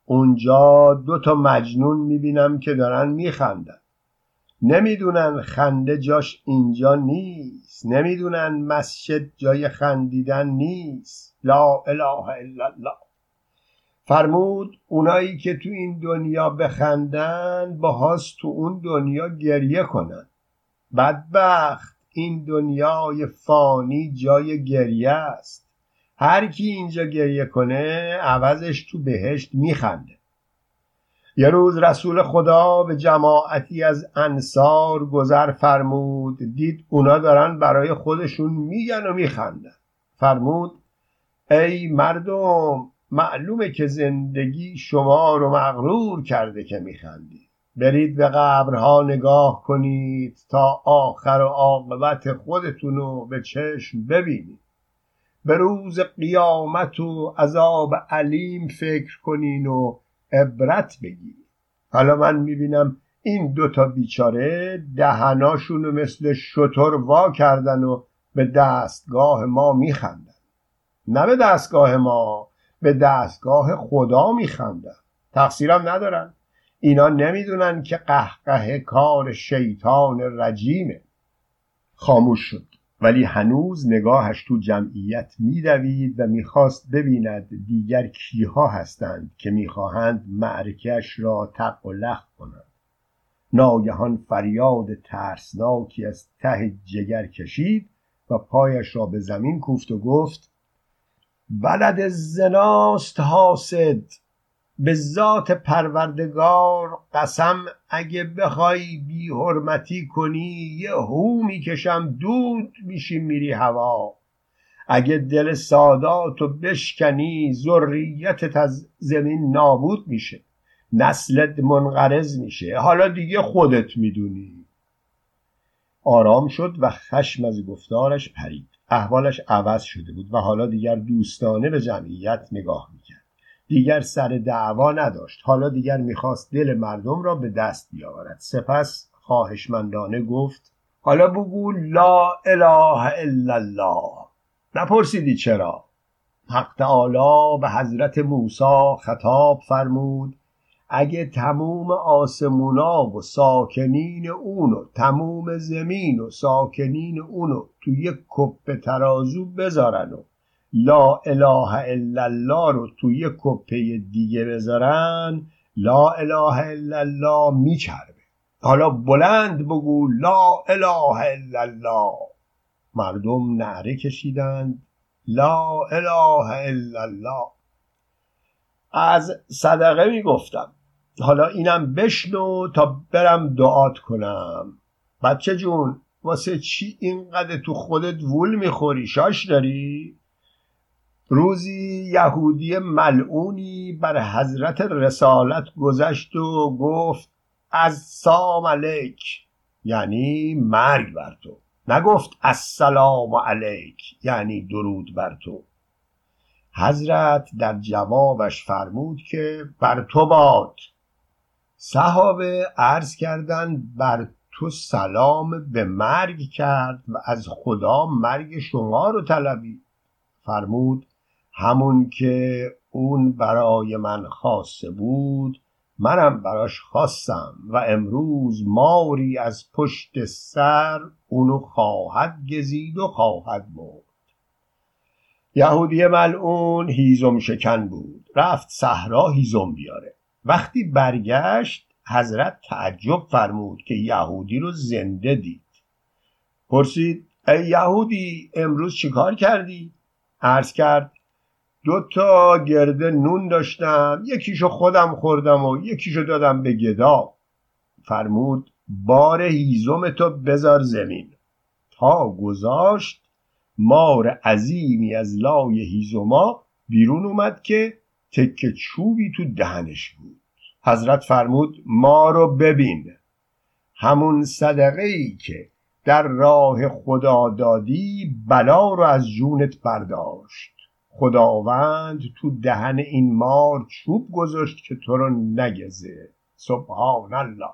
اونجا 2 تا مجنون میبینم که دارن میخندن. نمیدونن خنده جاش اینجا نیست، نمیدونن مسجد جای خندیدن نیست. لا اله الا الله. فرمود اونایی که تو این دنیا بخندن باهاست تو اون دنیا گریه کنن. بدبخت، این دنیای فانی جای گریه است. هر کی اینجا گریه کنه عوضش تو بهشت میخنده. یه روز رسول خدا به جماعتی از انصار گذر فرمود، دید اونا دارن برای خودشون میگن و میخندن. فرمود ای مردم، معلومه که زندگی شما رو مغرور کرده که میخندید. برید به قبرها نگاه کنید تا آخر و عاقبت خودتون رو به چشم ببینید. به روز قیامت و عذاب علیم فکر کنین و عبرت بگیرید. حالا من میبینم این دوتا بیچاره دهناشون رو مثل شتر وا کردن و به دستگاه ما میخندن. نه به دستگاه ما، به دستگاه خدا میخندن. تقصیرم ندارن. اینا نمیدونن که قهقه کار شیطان رجیمه. خاموش شد، ولی هنوز نگاهش تو جمعیت میدوید و میخواست ببیند دیگر کیها هستند که میخواهند معرکه‌اش را تق و لق کنند. ناگهان فریاد ترسناکی از ته جگر کشید و پایش را به زمین کوفت و گفت ولد زناست حاسد. به ذات پروردگار قسم اگه بخوای بی حرمتی کنی یه هو میکشم دود میشی میری هوا. اگه دل ساداتو بشکنی ذریتت از زمین نابود میشه، نسلت منقرض میشه. حالا دیگه خودت میدونی. آرام شد و خشم از گفتارش پرید. احوالش عوض شده بود و حالا دیگر دوستانه به جمعیت نگاه میکرد. دیگر سر دعوا نداشت. حالا دیگر میخواست دل مردم را به دست بیاورد. سپس خواهشمندانه گفت حالا بگو لا اله الا الله. نپرسیدی چرا؟ حق تعالی به حضرت موسی خطاب فرمود اگه تموم آسمونا و ساکنین اونو، تموم زمین و ساکنین اونو تو یک کپه ترازو بذارن و لا اله الا الله رو تو یک کپه دیگه بذارن، لا اله الا الله میچربه. حالا بلند بگو لا اله الا الله. مردم نعره کشیدند لا اله الا الله. از صدقه میگفتم، حالا اینم بشنو تا برم دعات کنم. بچه جون، واسه چی اینقدر تو خودت وول میخوری؟ شاش داری؟ روزی یهودی ملعونی بر حضرت رسالت گذشت و گفت السلام علیک، یعنی مرگ بر تو. نگفت السلام علیک یعنی درود بر تو. حضرت در جوابش فرمود که بر تو باد. صحابه عرض کردند بر تو سلام به مرگ کرد و از خدا مرگ شما رو طلبید. فرمود همون که اون برای من خاصه بود منم براش خواستم و امروز ماری از پشت سر اونو خواهد گزید و خواهد برد. یهودی ملعون هیزم شکن بود، رفت صحرا هیزم بیاره. وقتی برگشت حضرت تعجب فرمود که یهودی رو زنده دید. پرسید ای یهودی امروز چیکار کردی؟ عرض کرد 2 گرده نون داشتم، یکیشو خودم خوردم و یکیشو دادم به گدا. فرمود بار هیزم تو بذار زمین. تا گذاشت مار عظیمی از لای هیزما بیرون اومد که تکه چوبی تو دهنش بود. حضرت فرمود ما رو ببین، همون صدقه‌ای که در راه خدا دادی بلا رو از جونت برداشت. خداوند تو دهن این مار چوب گذاشت که تو رو نگزه. سبحان الله.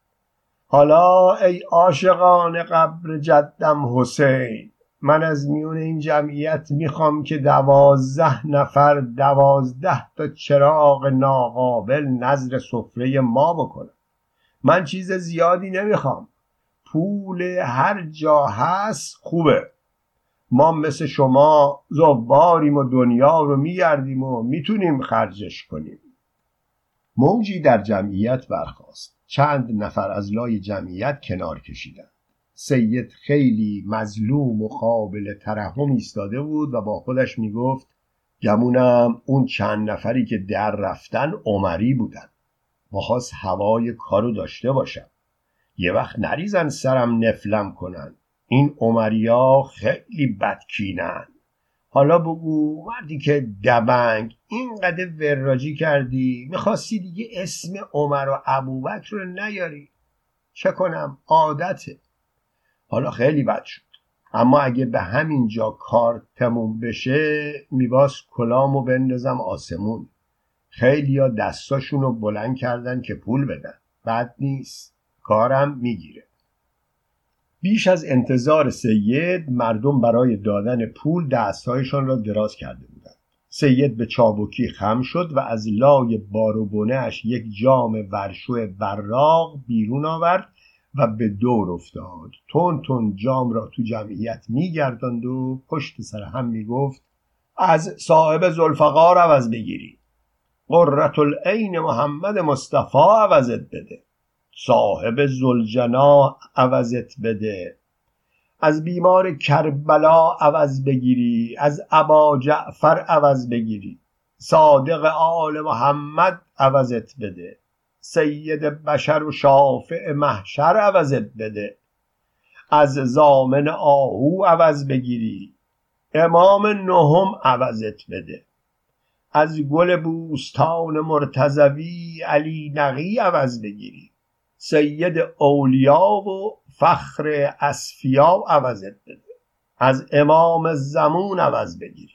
حالا ای عاشقان قبر جدم حسین، من از میون این جمعیت میخوام که 12 نفر 12 تا چراغ ناقابل نذر سفره ما بکنم. من چیز زیادی نمیخوام، پول هر جا هست خوبه. ما مثل شما زواریم و دنیا رو میگردیم و میتونیم خرجش کنیم. موجی در جمعیت برخاست. چند نفر از لای جمعیت کنار کشیدند. سید خیلی مظلوم و قابل ترحم ایستاده بود و با خودش میگفت گمونم اون چند نفری که در رفتن عمری بودن. بخواست هوای کارو داشته باشم. یه وقت نریزن سرم نفلم کنن. این عمریا خیلی بدکینن. حالا بگو مردی که دبنگ اینقدر وراجی کردی میخواستی دیگه اسم عمر و ابوبکر رو نیاری. چه کنم عادته. حالا خیلی بد شد، اما اگه به همین جا کار تموم بشه میباس کلامو بندازم آسمون. خیلی ها دستاشونو بلند کردن که پول بدن. بد نیست، کارم میگیره. بیش از انتظار سید مردم برای دادن پول دستهایشان را دراز کرده بودند. سید به چابکی خم شد و از لای بار و بنه‌اش یک جام ورشو براق بیرون آورد و به دور افتاد. تون تون جام را تو جمعیت میگرداند و پشت سر هم میگفت از صاحب ذوالفقار عوض بگیری. قرةالعین محمد مصطفی عوضت بده. صاحب ذوالجناح عوضت بده. از بیمار کربلا عوض بگیری. از ابا جعفر عوض بگیری. صادق آل محمد عوضت بده. سید بشر و شافع محشر عوضت بده. از ضامن آهو عوض بگیری. امام نهم عوضت بده. از گل بوستان مرتضوی علی نقی عوض بگیری. سید اولیا و فخر اصفیا عوضت بده. از امام زمون عوض بگیری.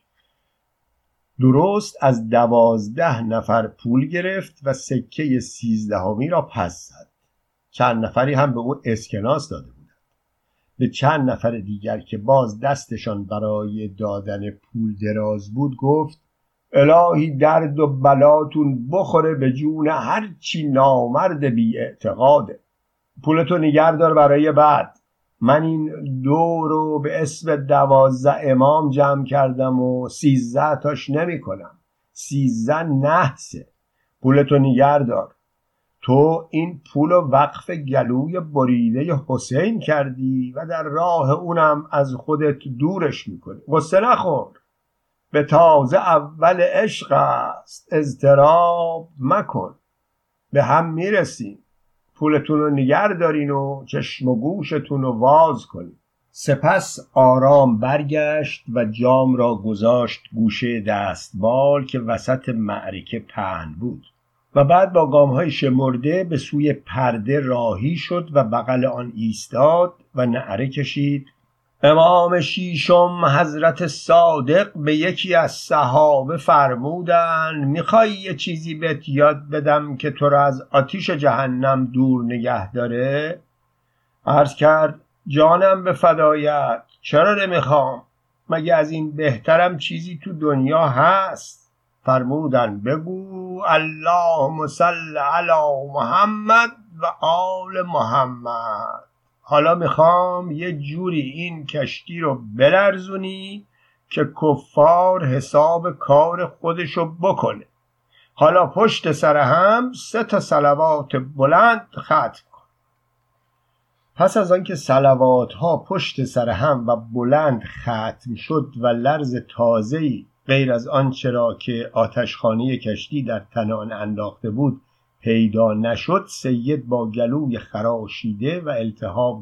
درست از 12 نفر پول گرفت و سکه 13 را پس زد. چند نفری هم به او اسکناس داده بودند. به چند نفر دیگر که باز دستشان برای دادن پول دراز بود گفت الهی درد و بلاتون بخوره به جون هرچی نامرد بی اعتقاده. پولتو نگهدار برای بعد. من این 2 رو به اسم 12 امام جمع کردم و 13 تاش نمی کنم. 13 نحسه. پولتو نگهدار. تو این پول وقف گلوی بریده حسین کردی و در راه اونم از خودت دورش میکنی. غصه نخور. به تازه اول عشق است. اضطراب مکن. به هم میرسیم. پولتون رو نگه دارین و چشم و گوشتون رو واز کنین. سپس آرام برگشت و جام را گذاشت گوشه دستبال که وسط معرکه پهن بود و بعد با گام‌های شمرده به سوی پرده راهی شد و بغل آن ایستاد و نعره کشید امام شیشم حضرت صادق به یکی از صحابه فرمودن میخوای یه چیزی بهت یاد بدم که تو را از آتیش جهنم دور نگه داره؟ عرض کرد جانم به فدایت، چرا نمیخوام؟ مگه از این بهترم چیزی تو دنیا هست؟ فرمودن بگو اللهم صل علی محمد و آل محمد. حالا میخوام یه جوری این کشتی رو بلرزونی که کفار حساب کار خودشو بکنه. حالا پشت سر هم 3 صلوات بلند ختم کن. پس از آنکه صلوات ها پشت سر هم و بلند ختم شد و لرز تازه‌ای غیر از آنچه را که آتشخانه کشتی در تن آن انداخته بود پیدا نشد، سید با گلوی خراشیده و التهاب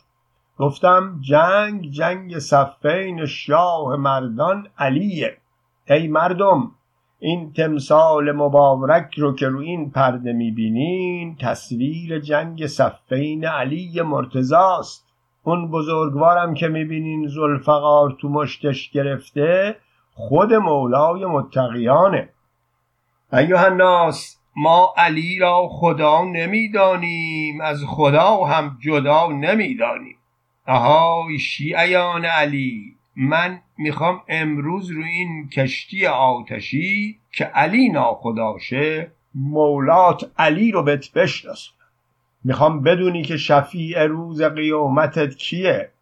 گفتم جنگ صفین شاه مردان علیه. ای مردم، این تمثال مبارک رو که رو این پرده میبینین تصویر جنگ صفین علی مرتضی است. اون بزرگوارم که میبینین ذوالفقار تو مشتش گرفته خود مولای متقیانه. ایها الناس، ما علی را خدا نمیدانیم، از خدا هم جدا نمیدانیم. آهای شیعیان علی، من میخوام امروز رو این کشتی آتشی که علی ناخداشه مولات علی رو بهت بشناسونم. میخوام بدونی که شفیع روز قیامتت کیه.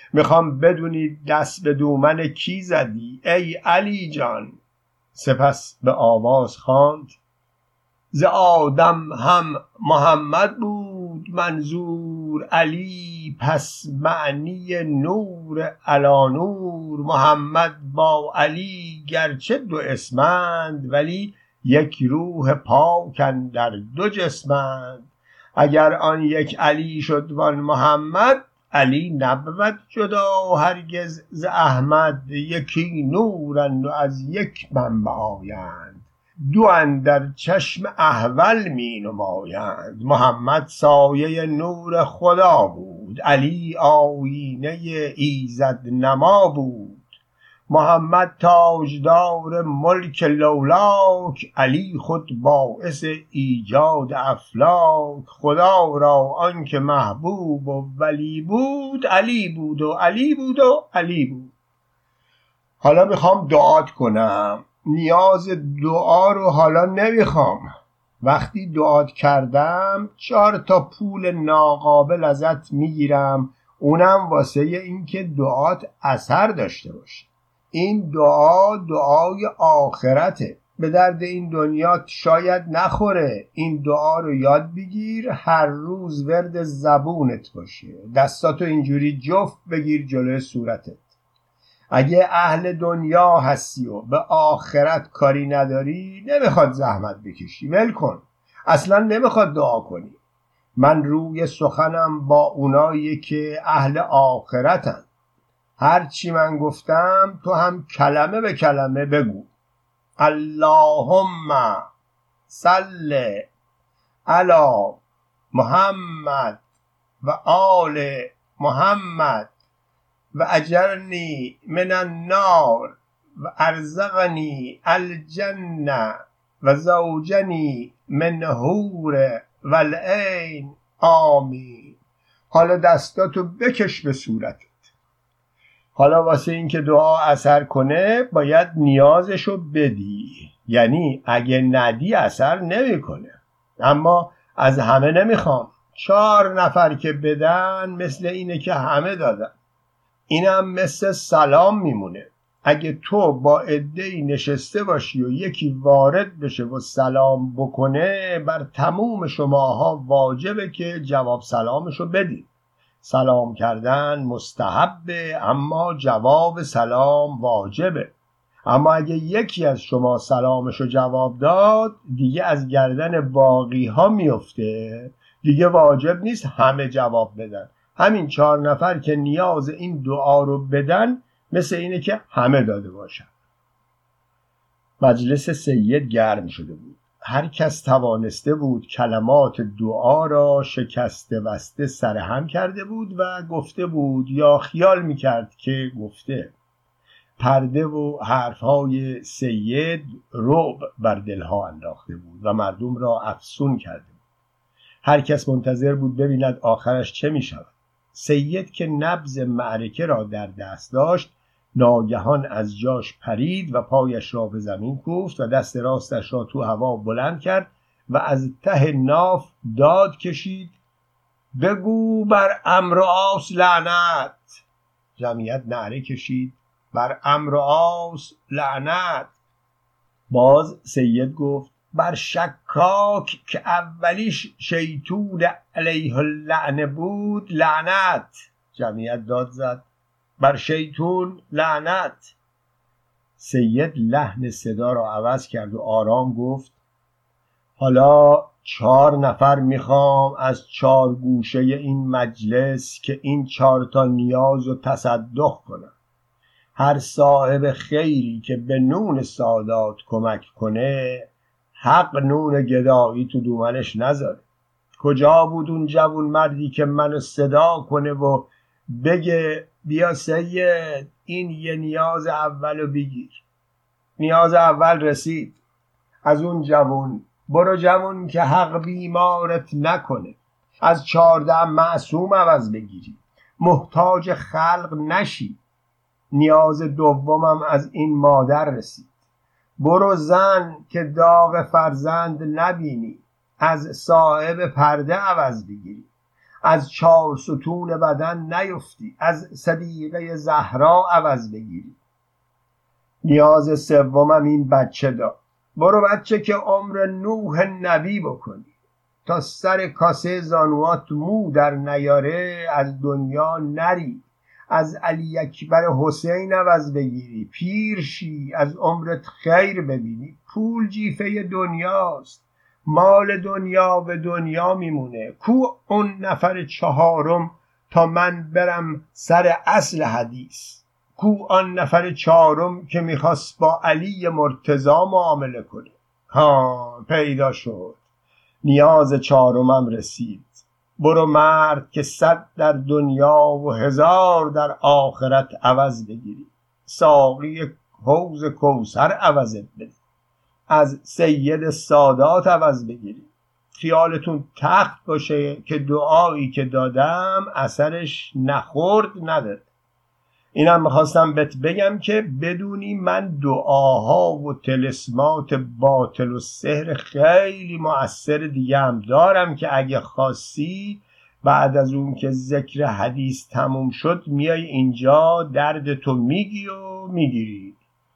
میخوام بدونی دست به دومن کی زدی ای علی جان. سپس به آواز خواند ز آدم هم محمد بود منظور علی، پس معنی نور علی نور. محمد با علی گرچه دو اسمند، ولی یک روح پاک اندر دو جسمند. اگر آن یک علی شد وان محمد، علی نبود جدا هرگز ز احمد. یکی نورند و از یک منبع آیند، دو اندر چشم احول می نمایند. محمد سایه نور خدا بود، علی آیینه ایزد نما بود. محمد تاجدار ملک لولاک، علی خود باعث ایجاد افلاک. خدا را آنکه محبوب و ولی بود، علی بود و علی بود و علی بود. حالا میخوام دعات کنم. نیاز دعا رو حالا نمیخوام. وقتی دعات کردم 4 پول ناقابل ازت میگیرم، اونم واسه این که دعات اثر داشته باشه. این دعا دعای آخرته، به درد این دنیا شاید نخوره. این دعا رو یاد بگیر، هر روز ورد زبونت باشه. دستاتو اینجوری جفت بگیر جلوی صورتت. اگه اهل دنیا هستی و به آخرت کاری نداری، نمیخواد زحمت بکشی، ول کن. اصلا نمیخواد دعا کنی. من روی سخنم با اونایی که اهل آخرتن. هر چی من گفتم تو هم کلمه به کلمه بگو. اللهم صل علی محمد و آل محمد و اجرنی من النار و ارزقنی الجنه و زوجنی من حور والعین آمین. حالا دستاتو بکش به صورتت. حالا واسه این که دعا اثر کنه باید نیازشو بدی، یعنی اگه ندی اثر نمیکنه. اما از همه نمیخوام. 4 که بدن مثل اینه که همه دادن. اینم مثل سلام میمونه. اگه تو با عده‌ای نشسته باشی و یکی وارد بشه و سلام بکنه، بر تموم شماها واجبه که جواب سلامشو بدید. سلام کردن مستحبه، اما جواب سلام واجبه. اما اگه یکی از شما سلامشو جواب داد، دیگه از گردن باقی ها میفته. دیگه واجب نیست همه جواب بدن. همین 4 که نیاز این دعا رو بدن، مثل اینه که همه داده باشن. مجلس سید گرم شده بود. هر کس توانسته بود کلمات دعا را شکسته بسته سرهم کرده بود و گفته بود یا خیال میکرد که گفته. پرده و حرفهای سید رعب بر دلها انداخته بود و مردم را افسون کرده بود. هر کس منتظر بود ببیند آخرش چه میشود. سید که نبض معرکه را در دست داشت، ناگهان از جاش پرید و پایش را به زمین کوفت و دست راستش را تو هوا بلند کرد و از ته ناف داد کشید بگو بر عمرو عاص لعنت. جمعیت نعره کشید بر عمرو عاص لعنت. باز سید گفت بر شکاک که اولیش شیطون علیه اللعنه بود لعنت. جمعیت داد زد بر شیطون لعنت. سید لحن صدا را عوض کرد و آرام گفت حالا 4 میخوام از 4 گوشه این مجلس که این 4 نیاز رو تصدق کنم. هر صاحب خیری که به نون سادات کمک کنه، حق نون گدایی تو دومنش نذاره. کجا بود اون جوون مردی که منو صدا کنه و بگه بیا سید این یه نیاز اولو بگیر. نیاز اول رسید. از اون جوون برو جوون که حق بیمارت نکنه. از 14 معصوم عوض بگیری. محتاج خلق نشی. نیاز دومم از این مادر رسید. برو زن که داغ فرزند نبینی. از صاحب پرده عوض بگیری. از 4 ستون بدن نیفتی، از صدیقه زهرا عوض بگیری. نیاز سومم این بچه دار. برو بچه که عمر نوح نبی بکنی، تا سر کاسه زانوات مو در نیاره از دنیا نری. از علی اکبر حسین عوض بگیری، پیر شی از عمرت خیر ببینی. پول جیفه دنیاست، مال دنیا به دنیا میمونه. کو اون نفر 4م تا من برم سر اصل حدیث؟ کو آن نفر 4م که میخواست با علی مرتضی معامله کنه؟ ها پیدا شد، نیاز 4مم رسید. برو مرد که 100 در دنیا و 1000 در آخرت عوض بگیری. ساقی حوض کوثر عوضت بده، از سید سادات عوض بگیری. خیالتون تخت باشه که دعایی که دادم اثرش نخورد نداره. اینم میخواستم بهت بگم که بدونی من دعاها و طلسمات باطل و سحر خیلی مؤثر دیگه هم دارم که اگه خواستی بعد از اون که ذکر حدیث تموم شد میای اینجا دردتو میگی و میگیری.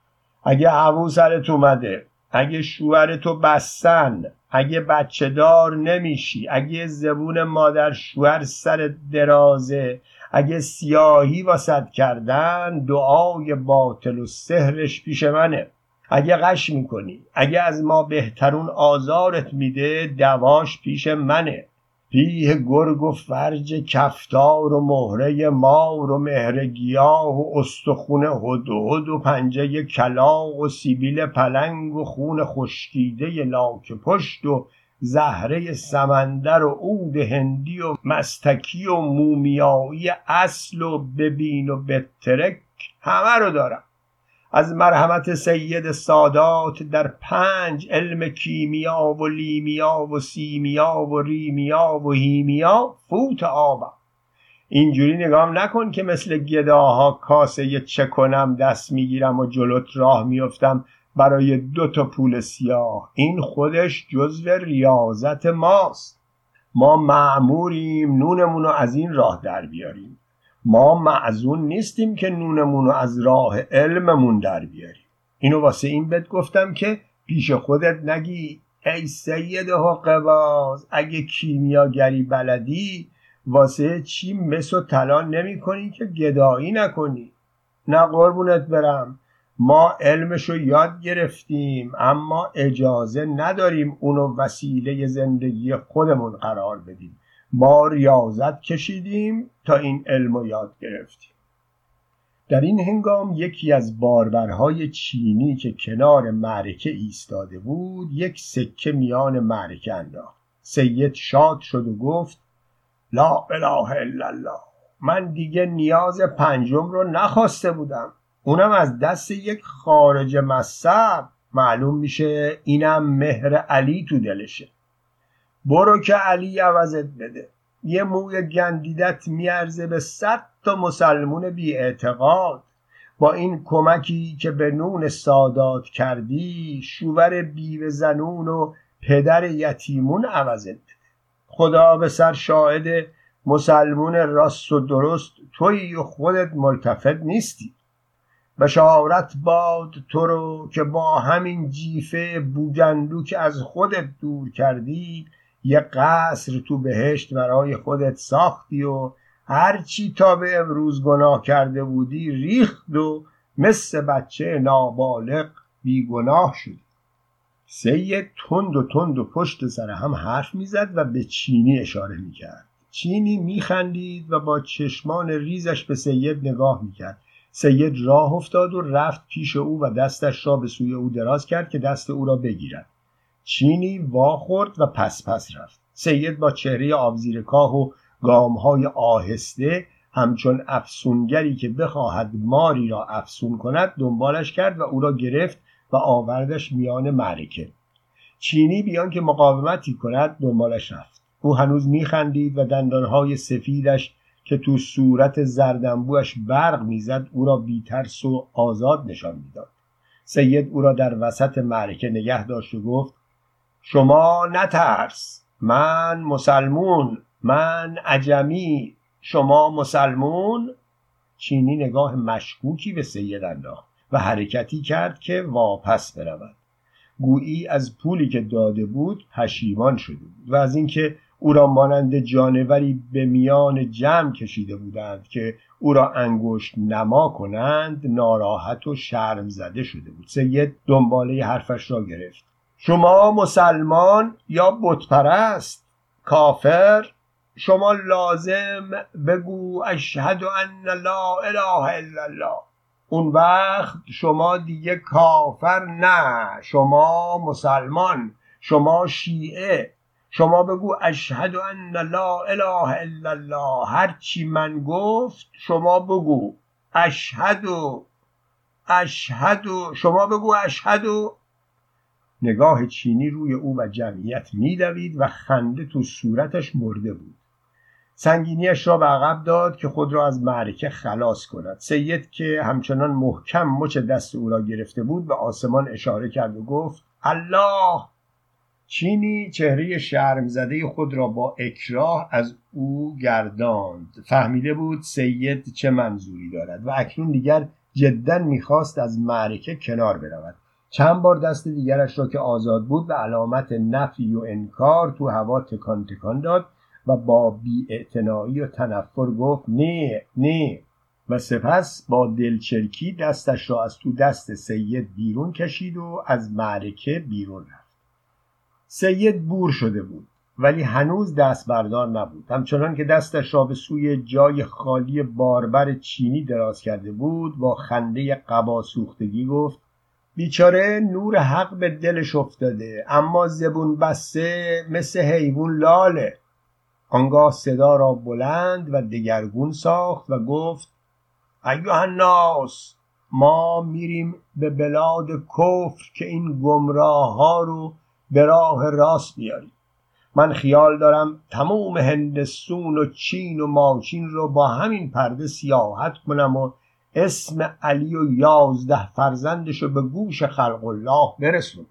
اگه هوو سرت اومده، اگه شوهرتو بستن، اگه بچه دار نمیشی، اگه زبون مادر شوهر سر درازه، اگه سیاهی واسط کردن، دعای باطل و سحرش پیش منه. اگه غش میکنی، اگه از ما بهترون آزارت میده، دواش پیش منه. پیه گرگ و فرج کفتار و مهره مار و مهر گیاه و استخون هدهد و پنجه کلاغ و سیبیل پلنگ و خون خشکیده لاک پشت و زهره سمندر و عود هندی و مستکی و مومیایی اصل و ببین و بترک، همه رو دارم. از مرحمت سید سادات در 5 علم کیمیا و لیمیا و سیمیا و ریمیا و هیمیا فوت آبم. اینجوری نگام نکن که مثل گداها کاسه چه کنم دست میگیرم و جلوت راه میفتم برای 2 پول سیاه. این خودش جزو ریاضت ماست. ما مأموریم نونمونو از این راه در بیاریم. ما معزون نیستیم که نونمونو از راه علممون در بیاریم. اینو واسه این بهت گفتم که پیش خودت نگی ای سید حقه باز، اگه کیمیاگری بلدی واسه چی مس و طلا نمی کنی که گدایی نکنی؟ نه قربونت برم، ما علمشو یاد گرفتیم اما اجازه نداریم اونو وسیله زندگی خودمون قرار بدیم. ما ریاضت کشیدیم تا این علمو یاد گرفتیم. در این هنگام یکی از باربرهای چینی که کنار معرکه ایستاده بود یک سکه میان معرکه انداخت. سید شاد شد و گفت لا اله الا الله، من دیگه نیاز 5م رو نخواسته بودم، اونم از دست یک خارج مذهب. معلوم میشه اینم مهر علی تو دلشه. برو که علی عوضت بده. یه موی گندیدت میارزه به 100 تا مسلمون بی اعتقاد. با این کمکی که به نون سادات کردی، شوور بیوه زنون و پدر یتیمون عوضت بده. خدا به سر شاهد، مسلمون راست و درست تویی و خودت ملتفت نیستی. بشارت باد تو رو که با همین جیفه بوگندو که از خودت دور کردی یه قصر تو بهشت برای خودت ساختی و هرچی تا به امروز گناه کرده بودی ریخت و مثل بچه نابالغ بیگناه شدی. سید تند و پشت سر هم حرف میزد و به چینی اشاره میکرد. چینی میخندید و با چشمان ریزش به سید نگاه میکرد. سید راه افتاد و رفت پیش او و دستش را به سوی او دراز کرد که دست او را بگیرد. چینی واخورد و پس رفت. سید با چهره آبزیر کاه و گامهای آهسته همچون افسونگری که بخواهد ماری را افسون کند دنبالش کرد و او را گرفت و آوردش میان معرکه. چینی بیان که مقاومتی کند دنبالش رفت. او هنوز میخندید و دندانهای سفیدش که تو صورت زردنبوش برق میزد او را بی‌ترس و آزاد نشان میداد. سید او را در وسط معرکه نگه داشت و گفت شما نترس، من مسلمون من عجمی شما مسلمون. چینی نگاه مشکوکی به سید انداخت و حرکتی کرد که واپس برود. گویی از پولی که داده بود پشیمان شده بود و از اینکه او را مانند جانوری به میان جمع کشیده بودند که او را انگشت نما کنند ناراحت و شرم زده شده بود. سید دنباله حرفش را گرفت. شما مسلمان یا بت پرست؟ کافر؟ شما لازم بگو اشهد ان لا اله الا الله. اون وقت شما دیگه کافر نه، شما مسلمان، شما شیعه. شما بگو اشهد ان لا اله الا الله. هرچی من گفت شما بگو اشهد. شما بگو اشهد. نگاه چینی روی او و جمعیت می‌دوید و خنده تو صورتش مرده بود. سنگینیش را به عقب داد که خود را از معرکه خلاص کند. سید که همچنان محکم مچ دست او را گرفته بود به آسمان اشاره کرد و گفت الله. چینی چهره شرم زده خود را با اکراه از او گرداند. فهمیده بود سید چه منظوری دارد و اکنون دیگر جداً می‌خواست از معرکه کنار برود. چند بار دست دیگرش را که آزاد بود به علامت نفی و انکار تو هوا تکان تکان داد و با بی‌اعتنایی و تنفر گفت نه و سپس با دلچرکی دستش را از تو دست سید بیرون کشید و از معرکه بیرون رفت. سید بور شده بود ولی هنوز دست بردار نبود. همچنان که دستش را به سوی جای خالی باربر چینی دراز کرده بود با خنده قبا سوختگی گفت بیچاره نور حق به دلش افتاده اما زبون بسته مثل حیوان لاله. آنگاه صدا را بلند و دگرگون ساخت و گفت ایها الناس، ما میریم به بلاد کفر که این گمراه ها رو به راه راست بیاریم. من خیال دارم تمام هندستون و چین و ماچین رو با همین پرده سیاحت کنم و اسم علی و 11 فرزندش رو به گوش خلق الله برسونم.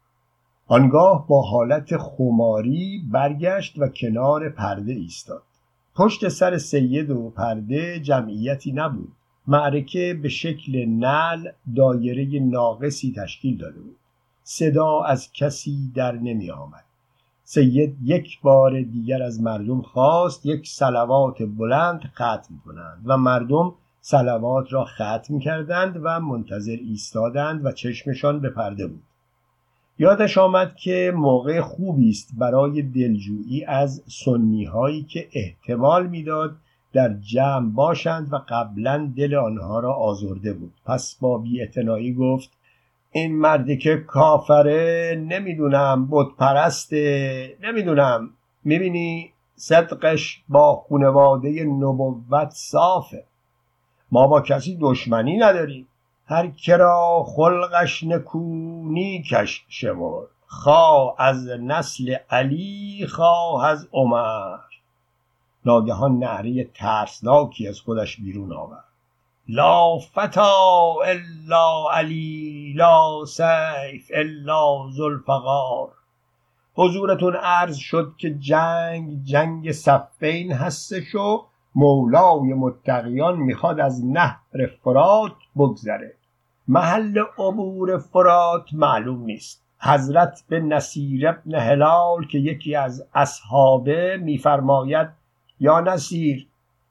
آنگاه با حالت خماری برگشت و کنار پرده ایستاد. پشت سر سید و پرده جمعیتی نبود. معرکه به شکل نعل دایره ناقصی تشکیل داده بود. صدا از کسی در نمی آمد. سید یک بار دیگر از مردم خواست یک صلوات بلند ختم کنند و مردم صلوات را ختم کردند و منتظر ایستادند و چشمشان به پرده بود. یادش آمد که موقع خوبی است برای دلجویی از سنی هایی که احتمال میداد در جمع باشند و قبلا دل آنها را آزرده بود. پس با بی‌اعتنایی گفت این مردی که کافره، نمیدونم بت پرسته، نمیدونم، میبینی صدقش با خانواده نبوت صافه. ما با کسی دشمنی نداریم. هر کرا خلقش نکونی کش شمر، خواه از نسل علی خواه از عمر. ناگهان نعره ترسناکی از خودش بیرون آورد. لا فتا الا علی، لا سیف الا ذوالفقار. حضورتون عرض شد که جنگ صفین هستش و مولای متقیان میخواد از نهر فرات بگذره. محل عبور فرات معلوم نیست. حضرت به نصیر ابن هلال که یکی از اصحابه میفرماید یا نصیر،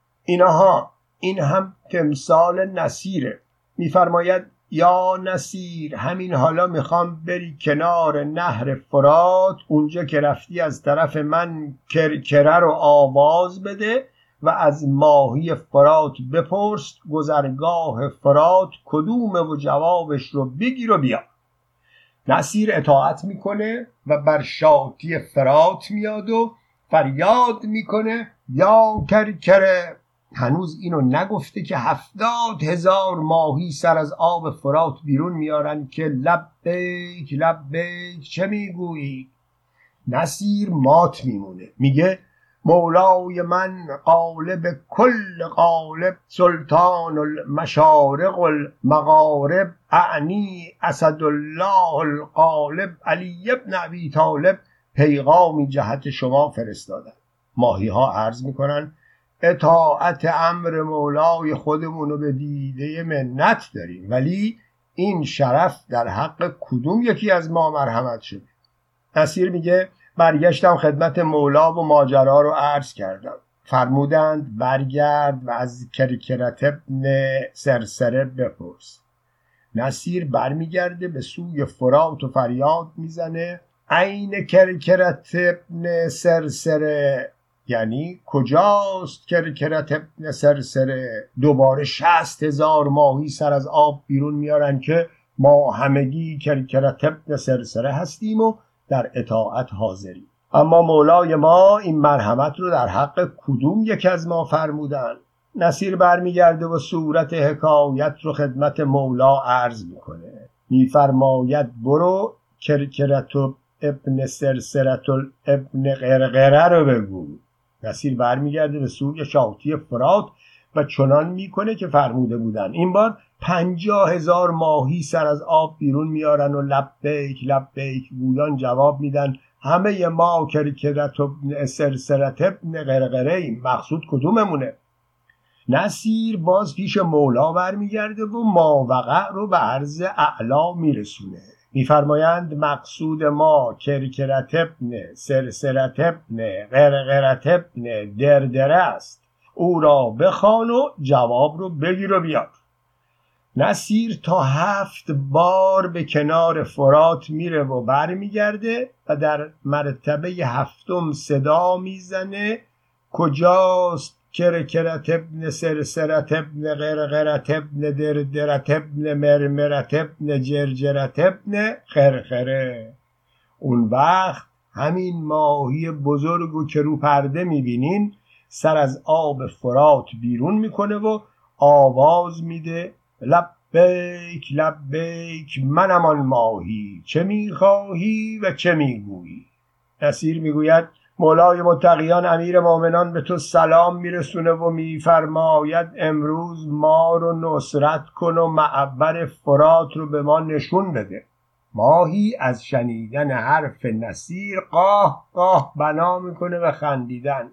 این هم تمثال نصیره. میفرماید یا نصیر، همین حالا میخوام بری کنار نهر فرات، اونجا که رفتی از طرف من کرکره رو آواز بده و از ماهی فرات بپرس گذرگاه فرات کدومه و جوابش رو بگیر و بیا. نصیر اطاعت میکنه و بر شاطی فرات میاد و فریاد میکنه یا کرکره. هنوز اینو نگفته که 70,000 ماهی سر از آب فرات بیرون میارن که لبیک لبیک چه میگویی؟ نصیر مات میمونه، میگه مولای من غالب کل غالب، سلطان المشارق المغارب، اعنی اسدالله الغالب علی ابن ابی طالب، پیغامی جهت شما فرستادم. ماهی ها عرض میکنن اطاعت امر مولای خودمونو به دیده منت داریم، ولی این شرف در حق کدوم یکی از ما مرحمت شده؟ نصیر میگه برگشتم خدمت مولا و ماجرا رو عرض کردم. فرمودند برگرد و از کرکرت ابن سرسره بپرس. نصیر برمیگرده به سوی فرات و فریاد میزنه عین کرکرت ابن سرسره، یعنی کجاست کرکرت ابن سرسره؟ دوباره 60,000 ماهی سر از آب بیرون میارن که ما همگی کرکرت ابن سرسره هستیم و در اطاعت حاضریم. اما مولای ما این مرحمت رو در حق کدوم یک از ما فرمودن؟ نصیر برمیگرده و صورت حکایت رو خدمت مولا عرض میکنه. میفرماید برو کرکرت ابن سرسرت ابن غرغره رو بگو. نصیر برمیگرده به سوی شاطی فرات و چنان میکنه که فرموده بودن. این بار 50,000 ماهی سر از آب بیرون میارن و لبیک لبیک گویان جواب میدن همه ما کرکرت ابن سرسرت ابن غرغره ایم. مقصود کدوممونه؟ نصیر باز پیش مولا برمیگرده و ماوقع رو به عرض اعلا میرسونه. میفرمایند مقصود ما کرکرت ابن سرسرت ابن غرغرت ابن دردره است. او را بخوان و جواب رو بگیر و بیار. نصیر تا 7 بار به کنار فرات میره و برمیگرده و در مرتبه 7م صدا میزنه کجاست کرکرت ابن سرسرت ابن غرغرت ابن دردرت ابن مرمرت ابن جرجرت ابن خرخره. اون وقت همین ماهی بزرگو که رو پرده میبینین سر از آب فرات بیرون میکنه و آواز میده لبیک لبیک منم آن ماهی، چه میخواهی و چه میگویی؟ نصیر میگوید مولای متقیان امیر مومنان به تو سلام میرسونه و میفرماید امروز ما رو نصرت کن و معبر فرات رو به ما نشون بده. ماهی از شنیدن حرف نصیر قاه قاه بنا میکنه و خندیدن.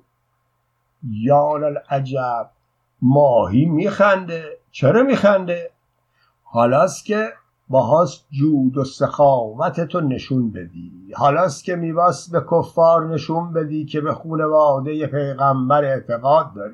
یا للعجب، ماهی میخنده. چرا میخنده؟ حالاست که باهاست جود و سخاوتتو نشون بدی، حالاست که میباس به کفار نشون بدی که به خانواده پیغمبر اعتقاد داری.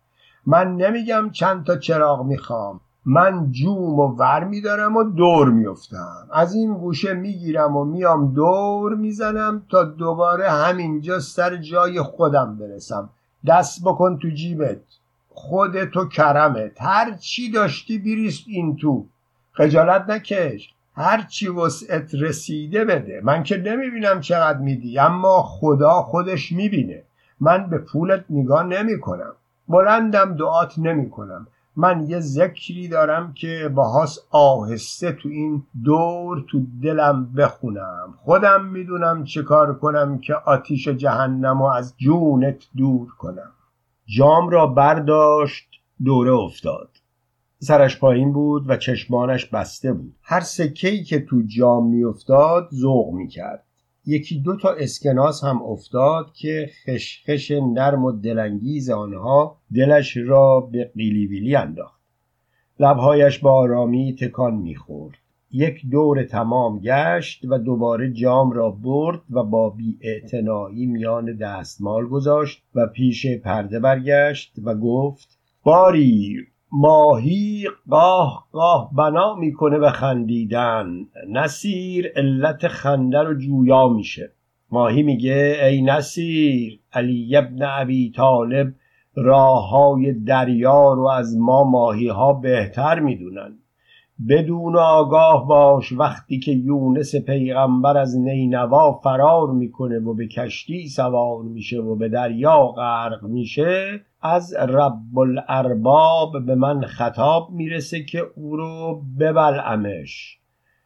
من نمیگم چند تا چراغ میخوام، من جوم و ور میدارم و دور میفتم، از این گوشه میگیرم و میام دور میزنم تا دوباره همینجا سر جای خودم برسم. دست بکن تو جیبت، خودتو کرمت، هر چی داشتی بریز این تو، خجالت نکش، هر چی وسعت رسیده بده. من که نمیبینم چقدر میدی، اما خدا خودش میبینه. من به پولت نگاه نمی کنم، بلندم دعات نمی کنم. من یه ذکری دارم که باهاس آهسته تو این دور تو دلم بخونم. خودم میدونم چه کار کنم که آتیش جهنم رو از جونت دور کنم. جام را برداشت، دوره افتاد. سرش پایین بود و چشمانش بسته بود. هر سکه‌ای که تو جام می افتاد ذوق می کرد. 1-2 تا اسکناس هم افتاد که خشخش نرم و دلانگیز آنها دلش را به قیلی ویلی انداخت. لبهایش با آرامی تکان می خورد. 1 دور تمام گشت و دوباره جام را برد و با بی‌اعتنایی میان دستمال گذاشت و پیش پرده برگشت و گفت باری ماهی قاه قاه بنا میکنه به خندیدن. نصیر علت خنده رو جویا میشه. ماهی میگه ای نصیر، علی ابن ابی طالب راههای دریا رو از ما ماهی ها بهتر میدونن. بدون آگاه باش وقتی که یونس پیغمبر از نینوا فرار میکنه و به کشتی سوار میشه و به دریا غرق میشه، از رب الارباب به من خطاب میرسه که او رو ببلعمش.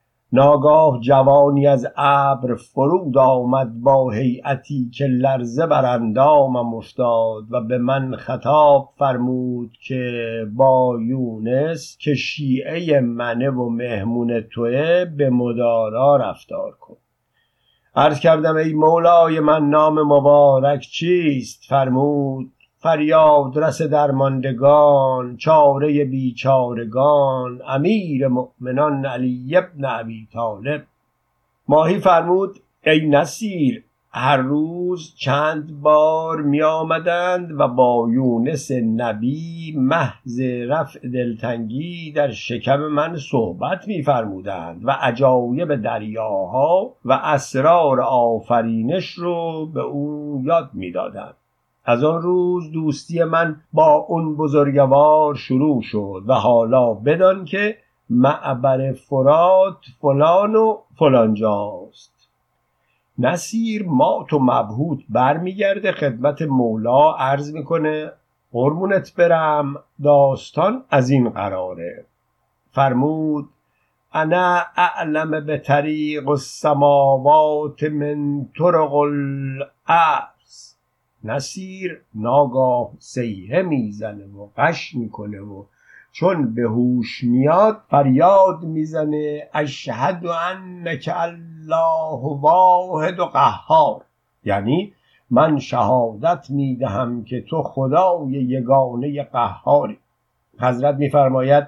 ناگاه جوانی از ابر فرود آمد با هیئتی که لرزه بر اندامم افتاد و به من خطاب فرمود که با یونس که شیعه منه و مهمون توه به مدارا رفتار کن. عرض کردم ای مولای من نام مبارک چیست؟ فرمود فریاد رس درماندگان، چاره بیچارگان، امیر مؤمنان علی بن ابی طالب. ماهی فرمود ای نصیر، هر روز چند بار می آمدند و با یونس نبی محض رفع دلتنگی در شکم من صحبت می فرمودند و عجایب دریاها و اسرار آفرینش رو به او یاد می دادند. از آن روز دوستی من با اون بزرگوار شروع شد و حالا بدان که معبر فرات فلان و فلان جاست. نصیر مات و مبهوت برمیگرده خدمت مولا، عرض میکنه قربونت برم، داستان از این قراره. فرمود انا اعلم به طریق السماوات من طرق الارض. نصیر ناگاه صیحه میزنه و غش میکنه و چون به هوش میاد فریاد میزنه اشهد انک الله واحد و قهار، یعنی من شهادت میدهم که تو خدای یگانه قهاری. حضرت میفرماید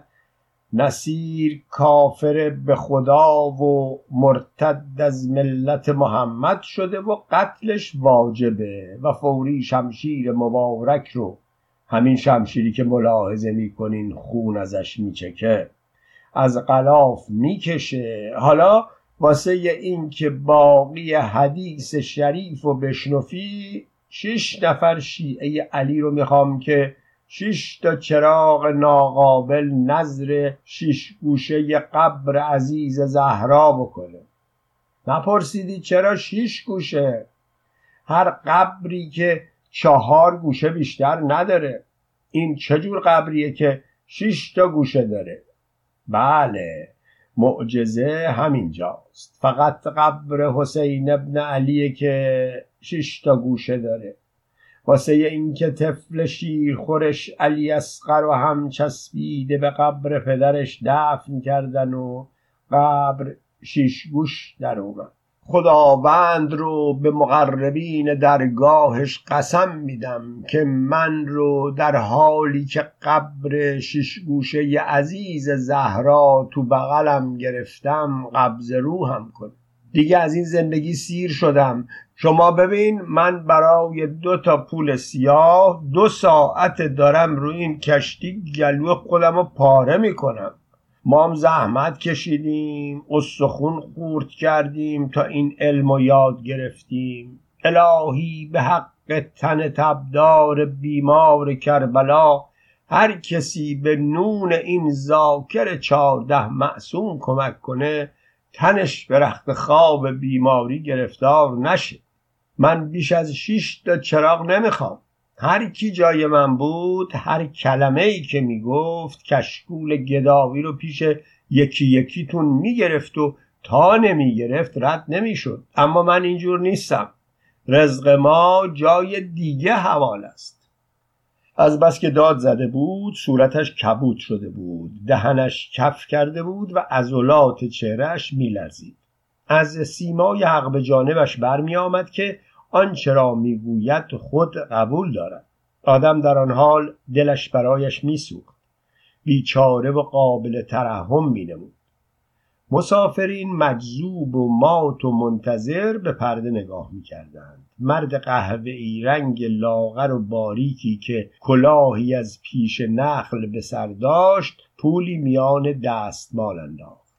نصیر کافر به خدا و مرتد از ملت محمد شده و قتلش واجبه و فوری شمشیر مبارک رو، همین شمشیری که ملاحظه میکنین خون ازش میچکه، از غلاف میکشه. حالا واسه این که باقی حدیث شریف رو بشنفی 6 نفر شیعه علی رو میخوام که 6 تا چراغ ناقابل نظر 6 گوشه قبر عزیز زهرا بکنه. نپرسیدی چرا 6 گوشه؟ هر قبری که 4 گوشه بیشتر نداره. این چجور قبریه که 6 تا گوشه داره؟ بله، معجزه همینجاست. فقط قبر حسین ابن علیه که 6 تا گوشه داره. واسه این که طفل شیرخورش علی اصغر و هم چسبیده به قبر پدرش دفن کردن و قبر 6 گوش در اومد. خداوند رو به مقربین درگاهش قسم میدم که من رو در حالی که قبر 6 گوشه عزیز زهرا تو بغلم گرفتم قبض روحم کنه. دیگه از این زندگی سیر شدم. شما ببین من برای 2 تا پول سیاه 2 ساعت دارم روی این کشتی گلو خودم رو پاره میکنم. ما هم زحمت کشیدیم، استخون خورد کردیم تا این علم رو یاد گرفتیم. الهی به حق تن تبدار بیمار کربلا هر کسی به نون این ذاکر 14 معصوم کمک کنه تنش به رخت خواب بیماری گرفتار نشه. من بیش از 6 تا چراغ نمیخوام. هر کی جای من بود هر کلمه ای که میگفت کشکول گداوی رو پیش یکی یکیتون میگرفت و تا نمیگرفت رد نمیشد. اما من اینجور نیستم. رزق ما جای دیگه حوال است. از بس که داد زده بود صورتش کبود شده بود، دهنش کف کرده بود و عضلات چهرهش میلرزید. از سیمای حق به جانبش برمی آمد که آنچه را میگوید خود قبول دارد. آدم در آن حال دلش برایش میسوخت. بیچاره و قابل ترحم مینمود. مسافرین مجذوب و مات و منتظر به پرده نگاه میکردند. مرد قهوه‌ای رنگ لاغر و باریکی که کلاهی از پیش نخل به سر داشت پولی میان دستمال انداخت.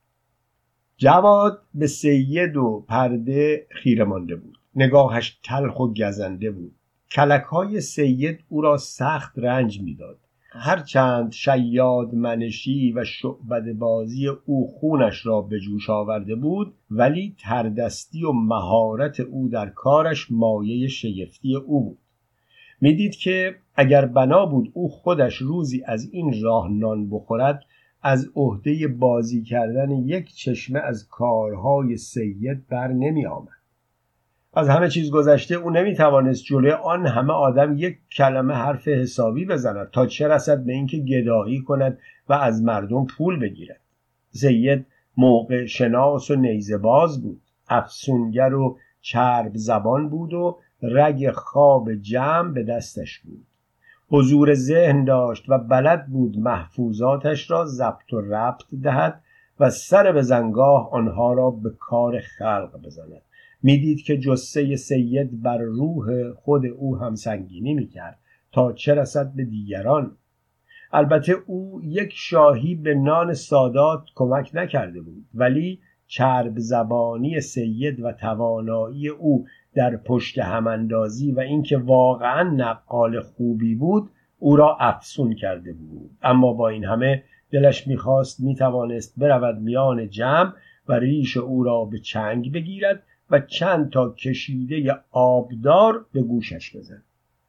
جواد به سید و پرده خیره مانده بود. نگاهش تلخ و گزنده بود. کلک‌های سید او را سخت رنج میداد. هرچند شیاد منشی و شعبده بازی او خونش را به جوش آورده بود، ولی تردستی و مهارت او در کارش مایه شگفتی او بود. میدید که اگر بنا بود او خودش روزی از این راه نان بخورد، از عهده بازی کردن یک چشمه از کارهای سید بر نمی آمد. از همه چیز گذشته او نمیتوانست جلوی آن همه آدم یک کلمه حرف حسابی بزند، تا چه رسد به اینکه گدایی کند و از مردم پول بگیرد. سید موقع شناس و نیزه باز بود. افسونگر و چرب زبان بود و رگ خواب جمع به دستش بود. حضور ذهن داشت و بلد بود محفوظاتش را ضبط و ربط دهد و سر به زنگاه آنها را به کار خلق بزند. میدید که جثه سید بر روح خود او هم سنگینی میکرد تا چه رسد به دیگران. البته او یک شاهی به نان سادات کمک نکرده بود، ولی چرب زبانی سید و توانایی او در پشت هماندازی و اینکه واقعا نقال خوبی بود او را افسون کرده بود. اما با این همه دلش میتوانست برود میان جمع و ریش او را به چنگ بگیرد و چند تا کشیده آبدار به گوشش بزند.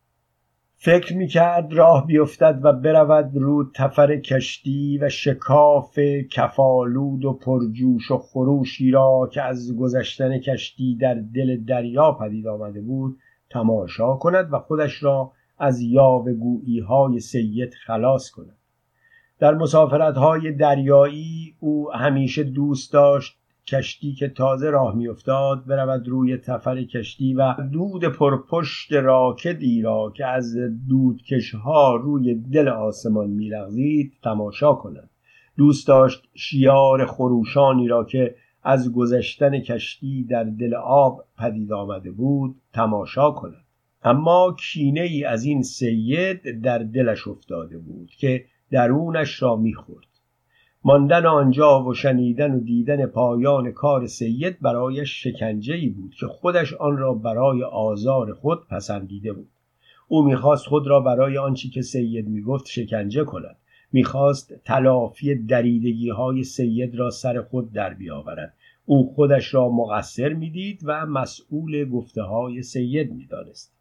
فکر میکرد راه بیفتد و برود رو تفر کشتی و شکاف کفالود و پرجوش و خروشی را که از گذشتن کشتی در دل دریا پدید آمده بود تماشا کند و خودش را از یاوه‌گویی های سید خلاص کند. در مسافرت‌های دریایی او همیشه دوست داشت کشتی که تازه راه میافتاد برود روی تفر کشتی و دود پرپشت راکدی را که از دودکشها روی دل آسمان میلغزید تماشا کند. دوست داشت شیار خروشانی را که از گذشتن کشتی در دل آب پدید آمده بود تماشا کند. اما کینه ای از این سید در دلش افتاده بود که درونش را میخورد. ماندن آنجا و شنیدن و دیدن پایان کار سید برایش شکنجه‌ای بود که خودش آن را برای آزار خود پسندیده بود. او میخواست خود را برای آنچه که سید میگفت شکنجه کند. میخواست تلافی دریدگی‌های سید را سر خود در بیاورد. او خودش را مقصر میدید و مسئول گفته‌های سید میدانست.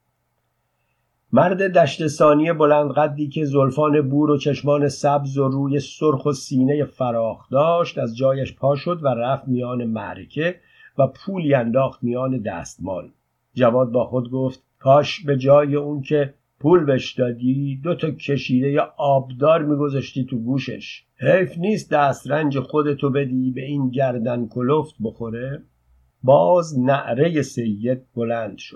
مرد دشتستانی بلند قدی که زلفان بور و چشمان سبز و روی سرخ و سینه فراخ داشت از جایش پا شد و رفت میان معرکه و پولی انداخت میان دستمال. جواد با خود گفت کاش به جای اون که پول بهش دادی 2 تا کشیده آبدار میگذاشتی تو گوشش. حیف نیست دسترنج خودتو بدی به این گردن کلفت بخوره. باز نعره سید بلند شد.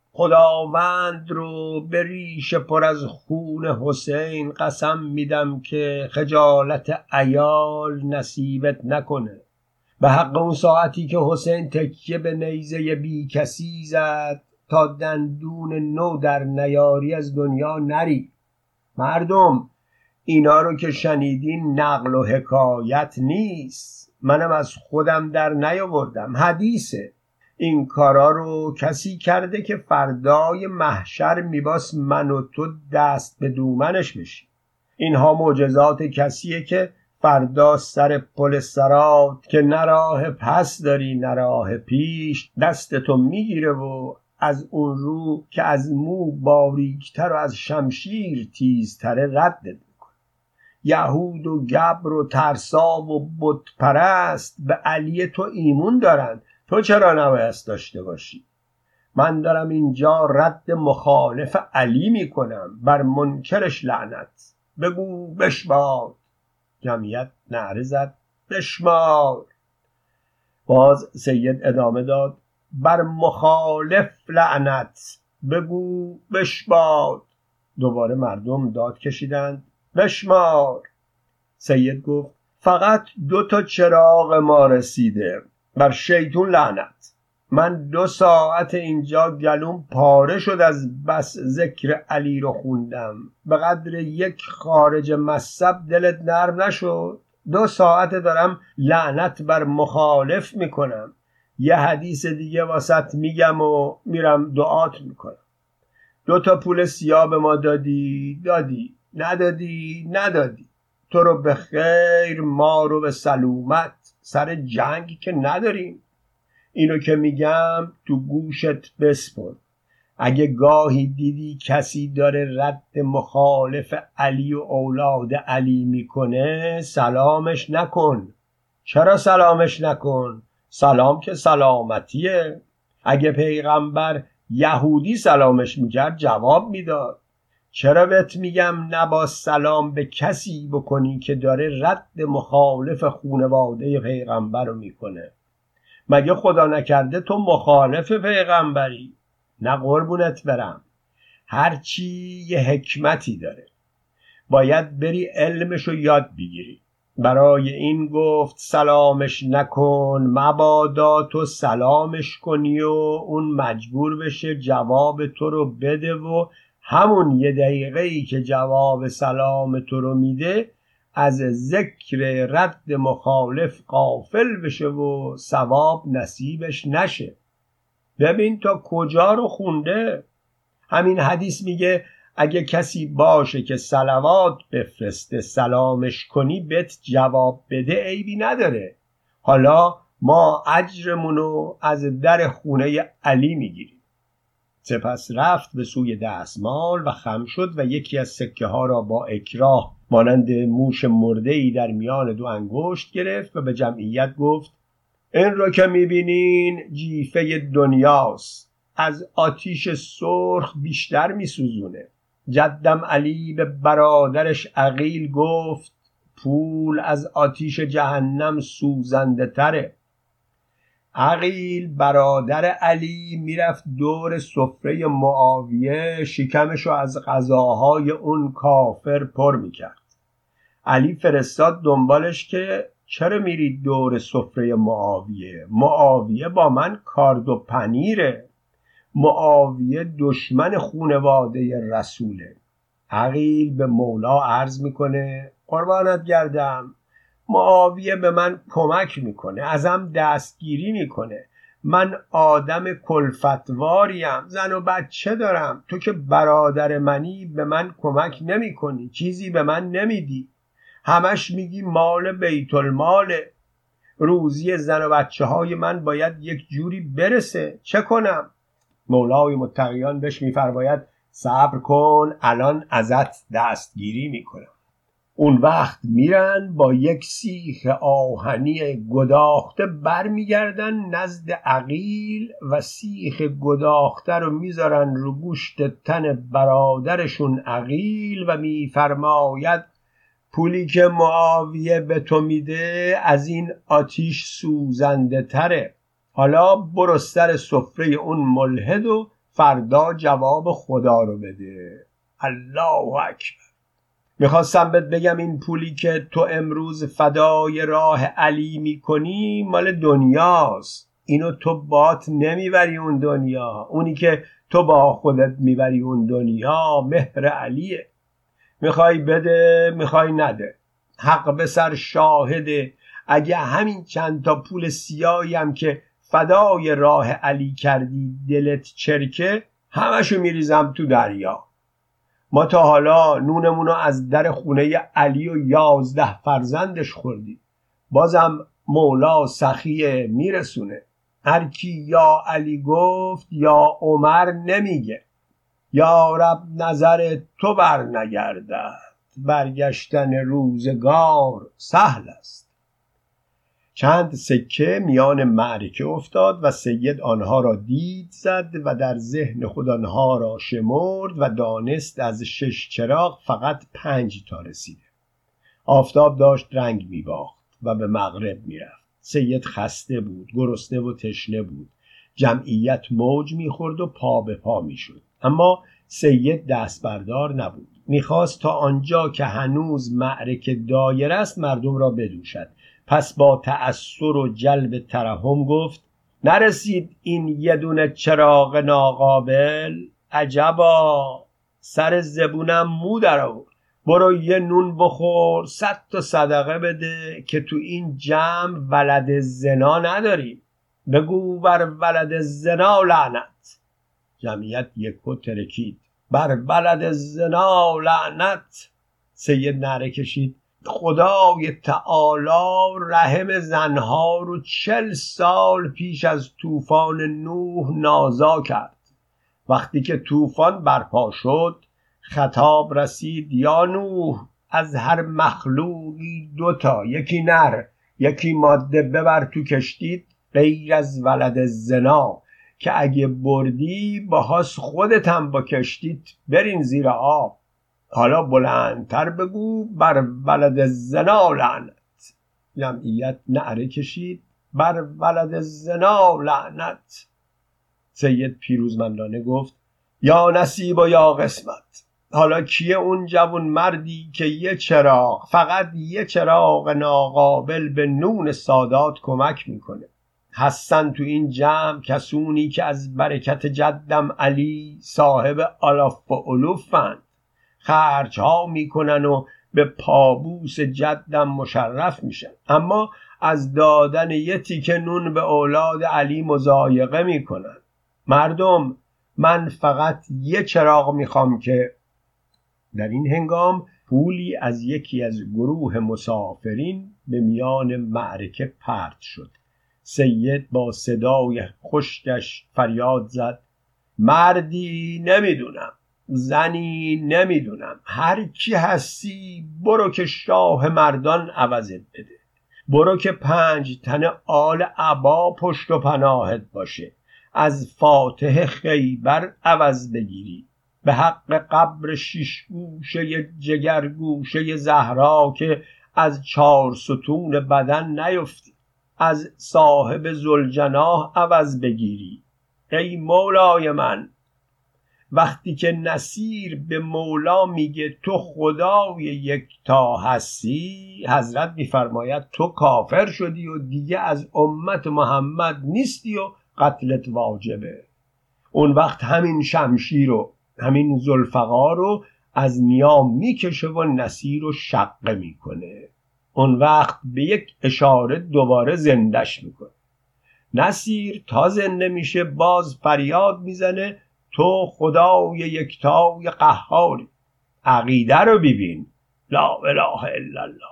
خداوند رو به ریش پر از خون حسین قسم میدم که خجالت عیال نصیبت نکنه. به حق اون ساعتی که حسین تکیه به نیزه بی کسی زد تا دندون نو در نیاری از دنیا نری. مردم اینا رو که شنیدین نقل و حکایت نیست، منم از خودم در نیاوردم، حدیثه. این کارا رو کسی کرده که فردای محشر میباس من و تو دست به دومنش بشی. اینها معجزات کسیه که فردا سر پل صراط که نه راه پس داری نه راه پیش دستتو میگیره و از اون رو که از مو باریکتر و از شمشیر تیزتره ردت میکنه. یهود و گبر و ترسا و بت پرست به علی تو ایمون دارن، تو چرا نبایست داشته باشی؟ من دارم اینجا رد مخالف علی میکنم، بر منکرش لعنت. بگو بشمار. جمعیت نعره زد بشمار. باز سید ادامه داد بر مخالف لعنت. بگو بشمار. دوباره مردم داد کشیدند بشمار. سید گفت فقط 2 تا چراغ ما رسیده، بر شیطون لعنت. من 2 ساعت اینجا گلوم پاره شد از بس ذکر علی رو خوندم. به قدر یک خارج مصب دلت نرم نشد؟ 2 ساعت دارم لعنت بر مخالف میکنم. یه حدیث دیگه واسط میگم و میرم دعات میکنم. 2 تا پول سیاه به ما دادی ندادی. تو رو به خیر ما رو به سلامت. سر جنگ که نداریم. اینو که میگم تو گوشت بسپر. اگه گاهی دیدی کسی داره رد مخالف علی و اولاد علی میکنه سلامش نکن. چرا سلامش نکن؟ سلام که سلامتیه. اگه پیغمبر یهودی سلامش میکرد جواب میداد. چرا بهت میگم نبا سلام به کسی بکنی که داره رد مخالف خانواده پیغمبر رو میکنه؟ مگه خدا نکرده تو مخالف پیغمبری؟ نه قربونت برم، هرچی یه حکمتی داره، باید بری علمشو یاد بگیری. برای این گفت سلامش نکن، مبادا تو سلامش کنی و اون مجبور بشه جواب تو رو بده و همون یه دقیقه‌ای که جواب سلام تو رو میده از ذکر رد مخالف غافل بشه و ثواب نصیبش نشه. ببین تا کجا رو خونده. همین حدیث میگه اگه کسی باشه که صلوات بفرسته سلامش کنی بهت جواب بده عیبی نداره. حالا ما اجرمونو از در خونه علی میگیریم. سپس رفت به سوی دستمال و خم شد و یکی از سکه ها را با اکراه مانند موش مرده‌ای در میان دو انگشت گرفت و به جمعیت گفت این را که میبینین جیفه دنیاست، از آتیش سرخ بیشتر میسوزونه. جدم علی به برادرش عقیل گفت پول از آتیش جهنم سوزنده تره. عقیل برادر علی میرفت دور سفره معاویه شکمشو از غذاهای اون کافر پر میکرد. علی فرستاد دنبالش که چرا میری دور سفره معاویه؟ معاویه با من کارد و پنیره. معاویه دشمن خونواده رسوله. عقیل به مولا عرض میکنه قربانت گردم، معاویه به من کمک میکنه، ازم دستگیری میکنه، من آدم کلفتواریم، زن و بچه دارم، تو که برادر منی به من کمک نمیکنی، چیزی به من نمیدی، همش میگی مال بیت الماله، روزی زن و بچه های من باید یک جوری برسه، چه کنم؟ مولای متقیان بهش میفرماید صبر کن، الان ازت دستگیری میکنم. اون وقت میرن با یک سیخ آهنی گداخته بر میگردن نزد عقیل و سیخ گداخته رو میذارن رو گوشت تن برادرشون عقیل و میفرماید پولی که معاویه به تو میده از این آتیش سوزنده تره. حالا برو سر سفره اون ملحد و فردا جواب خدا رو بده. الله اکبر. میخواستم بهت بگم این پولی که تو امروز فدای راه علی میکنی مال دنیاست، اینو تو بات نمیبری اون دنیا، اونی که تو با خودت میبری اون دنیا مهر علیه. میخوای بده میخوای نده، حق به سر شاهده. اگه همین چند تا پول سیاهی هم که فدای راه علی کردی دلت چرکه، همشو میریزم تو دریا. ما تا حالا نونمونو از در خونه علی و 11 فرزندش خوردیم، بازم مولا سخیه میرسونه. هر کی یا علی گفت یا عمر نمیگه. یا رب نظر تو بر نگردد، برگشتن روزگار سهل است. چند سکه میان معرکه افتاد و سید آنها را دید زد و در ذهن خود آنها را شمرد و دانست از 6 چراغ فقط 5 تا رسیده. آفتاب داشت رنگ میباخت و به مغرب میرفت. سید خسته بود، گرسنه و تشنه بود. جمعیت موج میخورد و پا به پا میشد، اما سید دست بردار نبود. میخواست تا آنجا که هنوز معرکه دایر است مردم را بدوشد. پس با تأثر و جلب ترحم گفت نرسید این یه دونه چراغ ناقابل؟ عجبا، سر زبونم مو در آورد. برو یه نون بخور، 100 تا صدقه بده که تو این جمع ولد زنا نداریم. بگو بر ولد زنا لعنت. جمعیت یکو ترکید. بر ولد زنا لعنت. سید نعره کشید خدای تعالی رحم زنها رو 40 سال پیش از طوفان نوح نازا کرد. وقتی که طوفان برپا شد خطاب رسید یا نوح، از هر مخلوقی 2 تا، یکی نر یکی ماده ببر تو کشتیت غیر از ولد زنا، که اگه بردی باهاش خودت هم با کشتیت برین زیر آب. حالا بلندتر بگو بر ولد زنا لعنت. جمعیت نعره کشید بر ولد زنا لعنت. سید پیروزمندانه گفت یا نصیب و یا قسمت. حالا کیه اون جوان مردی که یه چراغ، فقط یه چراغ ناقابل به نون سادات کمک میکنه؟ هستن تو این جمع کسونی که از برکت جدم علی صاحب آلاف و علوفند، خرج ها میکنن و به پابوس جدم مشرف میشن، اما از دادن یه تیکه نون به اولاد علی مضایقه میکنن. مردم، من فقط یه چراغ میخوام که. در این هنگام پولی از یکی از گروه مسافرین به میان معرکه پرت شد. سید با صدای خشکش فریاد زد مردی نمیدونم، زنی نمیدونم، هر کی هستی برو که شاه مردان عوضت بده. برو که 5 تن آل عبا پشت و پناهت باشه، از فاتح خیبر عوض بگیری، به حق قبر 6 گوشه جگر گوشه زهرا که از 4 ستون بدن نیفتی، از صاحب ذوالجناح عوض بگیری. ای مولای من، وقتی که نصیر به مولا میگه تو خدای یکتا هستی، حضرت میفرماید تو کافر شدی و دیگه از امت محمد نیستی و قتلت واجبه. اون وقت همین شمشیر و همین ذوالفقار رو از نیام میکشه و نصیر رو شقه میکنه. اون وقت به یک اشاره دوباره زندش میکنه. نصیر تا زنده میشه باز فریاد میزنه تو خدای یکتای قهاری. عقیده رو ببین، لا اله الا الله.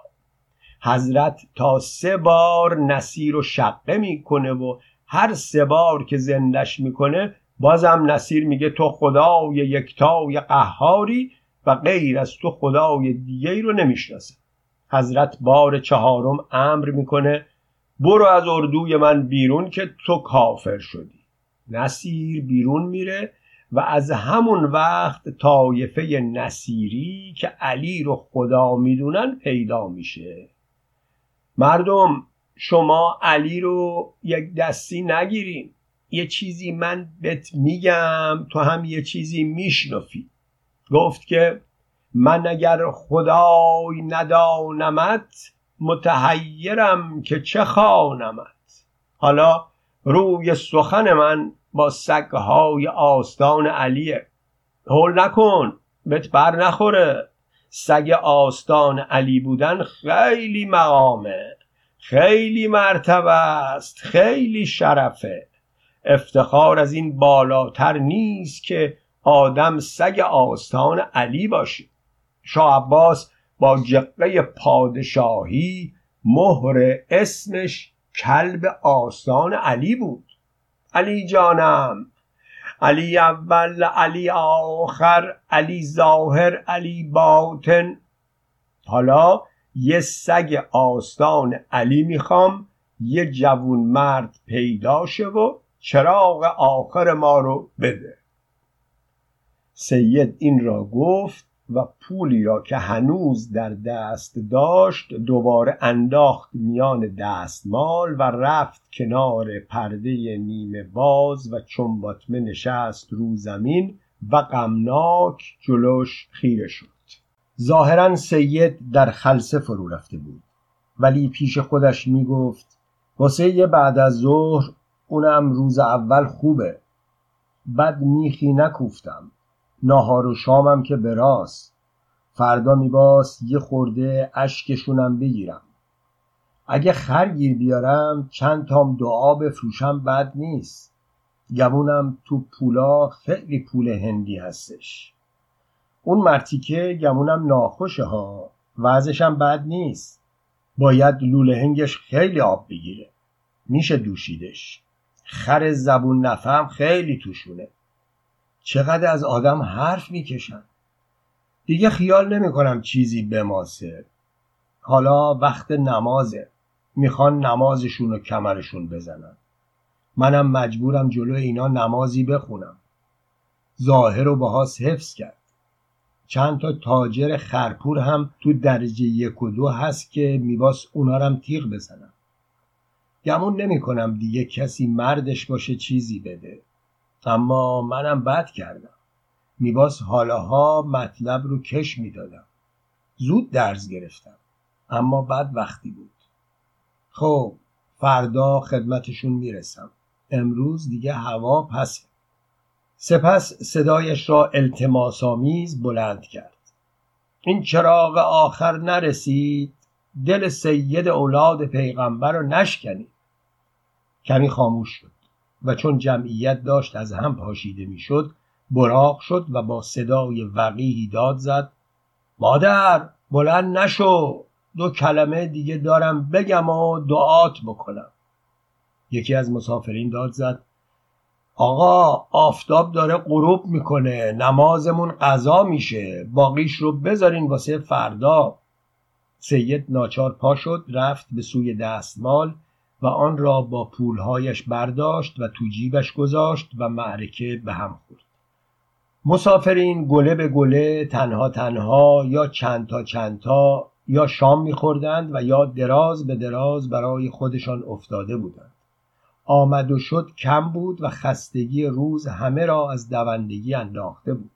حضرت تا 3 بار نصیر رو شقه میکنه و هر 3 بار که زندش میکنه بازم نصیر میگه تو خدای یکتای قهاری و غیر از تو خدای دیگه رو نمیشناسه. حضرت بار 4م امر میکنه برو از اردوی من بیرون که تو کافر شدی. نصیر بیرون میره و از همون وقت طایفه نصیری که علی رو خدا میدونن پیدا میشه. مردم، شما علی رو یک دستی نگیرین. یه چیزی من بهت میگم تو هم یه چیزی میشنفی. گفت که من اگر خدای ندانمت، متحیرم که چه خوانمت. حالا روی سخن من با سگهای آستان علیه. هول نکن بهت بر نخوره. سگ آستان علی بودن خیلی مقامه، خیلی مرتبه است، خیلی شرفه. افتخار از این بالاتر نیست که آدم سگ آستان علی باشه. شاه عباس با جقه پادشاهی مهر اسمش کلب آستان علی بود. علی جانم، علی اول، علی آخر، علی ظاهر، علی باطن. حالا یه سگ آستان علی میخوام یه جوون مرد پیدا شه و چراغ آخر ما رو بده. سید این را گفت و پولی را که هنوز در دست داشت دوباره انداخت میان دستمال و رفت کنار پرده نیمه باز و چون باطمه نشست رو زمین و غمناک جلوش خیره شد. ظاهرا سید در خلسه فرو رفته بود، ولی پیش خودش می گفت واسه یه بعد از ظهر، اونم روز اول خوبه. بد میخی نکوفتم، ناهار و شامم که براست. فردا میباس یه خورده اشکشونم بگیرم. اگه خرگیر بیارم چند تام دعا بفروشم بد نیست. گمونم تو پولا خیلی پول هندی هستش. اون مرتیکه گمونم ناخوشه ها، وضعشم بد نیست. باید لوله هنگش خیلی آب بگیره، میشه دوشیدش. خر زبون نفهم خیلی توشونه. چقدر از آدم حرف میکشن. دیگه خیال نمی کنم چیزی بماسه. حالا وقت نمازه، میخوان نمازشون و کمرشون بزنن. منم مجبورم جلو اینا نمازی بخونم. ظاهر رو باهاس حفظ کرد. چند تا تاجر خرپور هم تو درجه 1 و 2 هست که میباس اونا رو هم تیغ بزنم. گمون نمی کنم دیگه کسی مردش باشه چیزی بده. اما منم بد کردم. میباس حالاها مطلب رو کش میدادم. زود درز گرفتم. اما بد وقتی بود. خب فردا خدمتشون میرسم. امروز دیگه هوا پسه. سپس صدایش را التماس‌آمیز بلند کرد. این چراغ آخر نرسید، دل سید اولاد پیغمبر رو نشکنید. کمی خاموش شد و چون جمعیت داشت از هم پاشیده میشد، براق شد و با صدای وقیحی داد زد: مادر بلند نشو، 2 کلمه دیگه دارم بگم و دعات بکنم. یکی از مسافرین داد زد: آقا آفتاب داره غروب میکنه، نمازمون قضا میشه، باقیش رو بذارین واسه فردا. سید ناچار پا شد، رفت به سوی دستمال و آن را با پولهایش برداشت و تو جیبش گذاشت و معرکه به هم خورد. مسافرین گله به گله، تنها تنها یا چند تا یا شام میخوردند و یا دراز به دراز برای خودشان افتاده بودند. آمد و شد کم بود و خستگی روز همه را از دوندگی انداخته بود.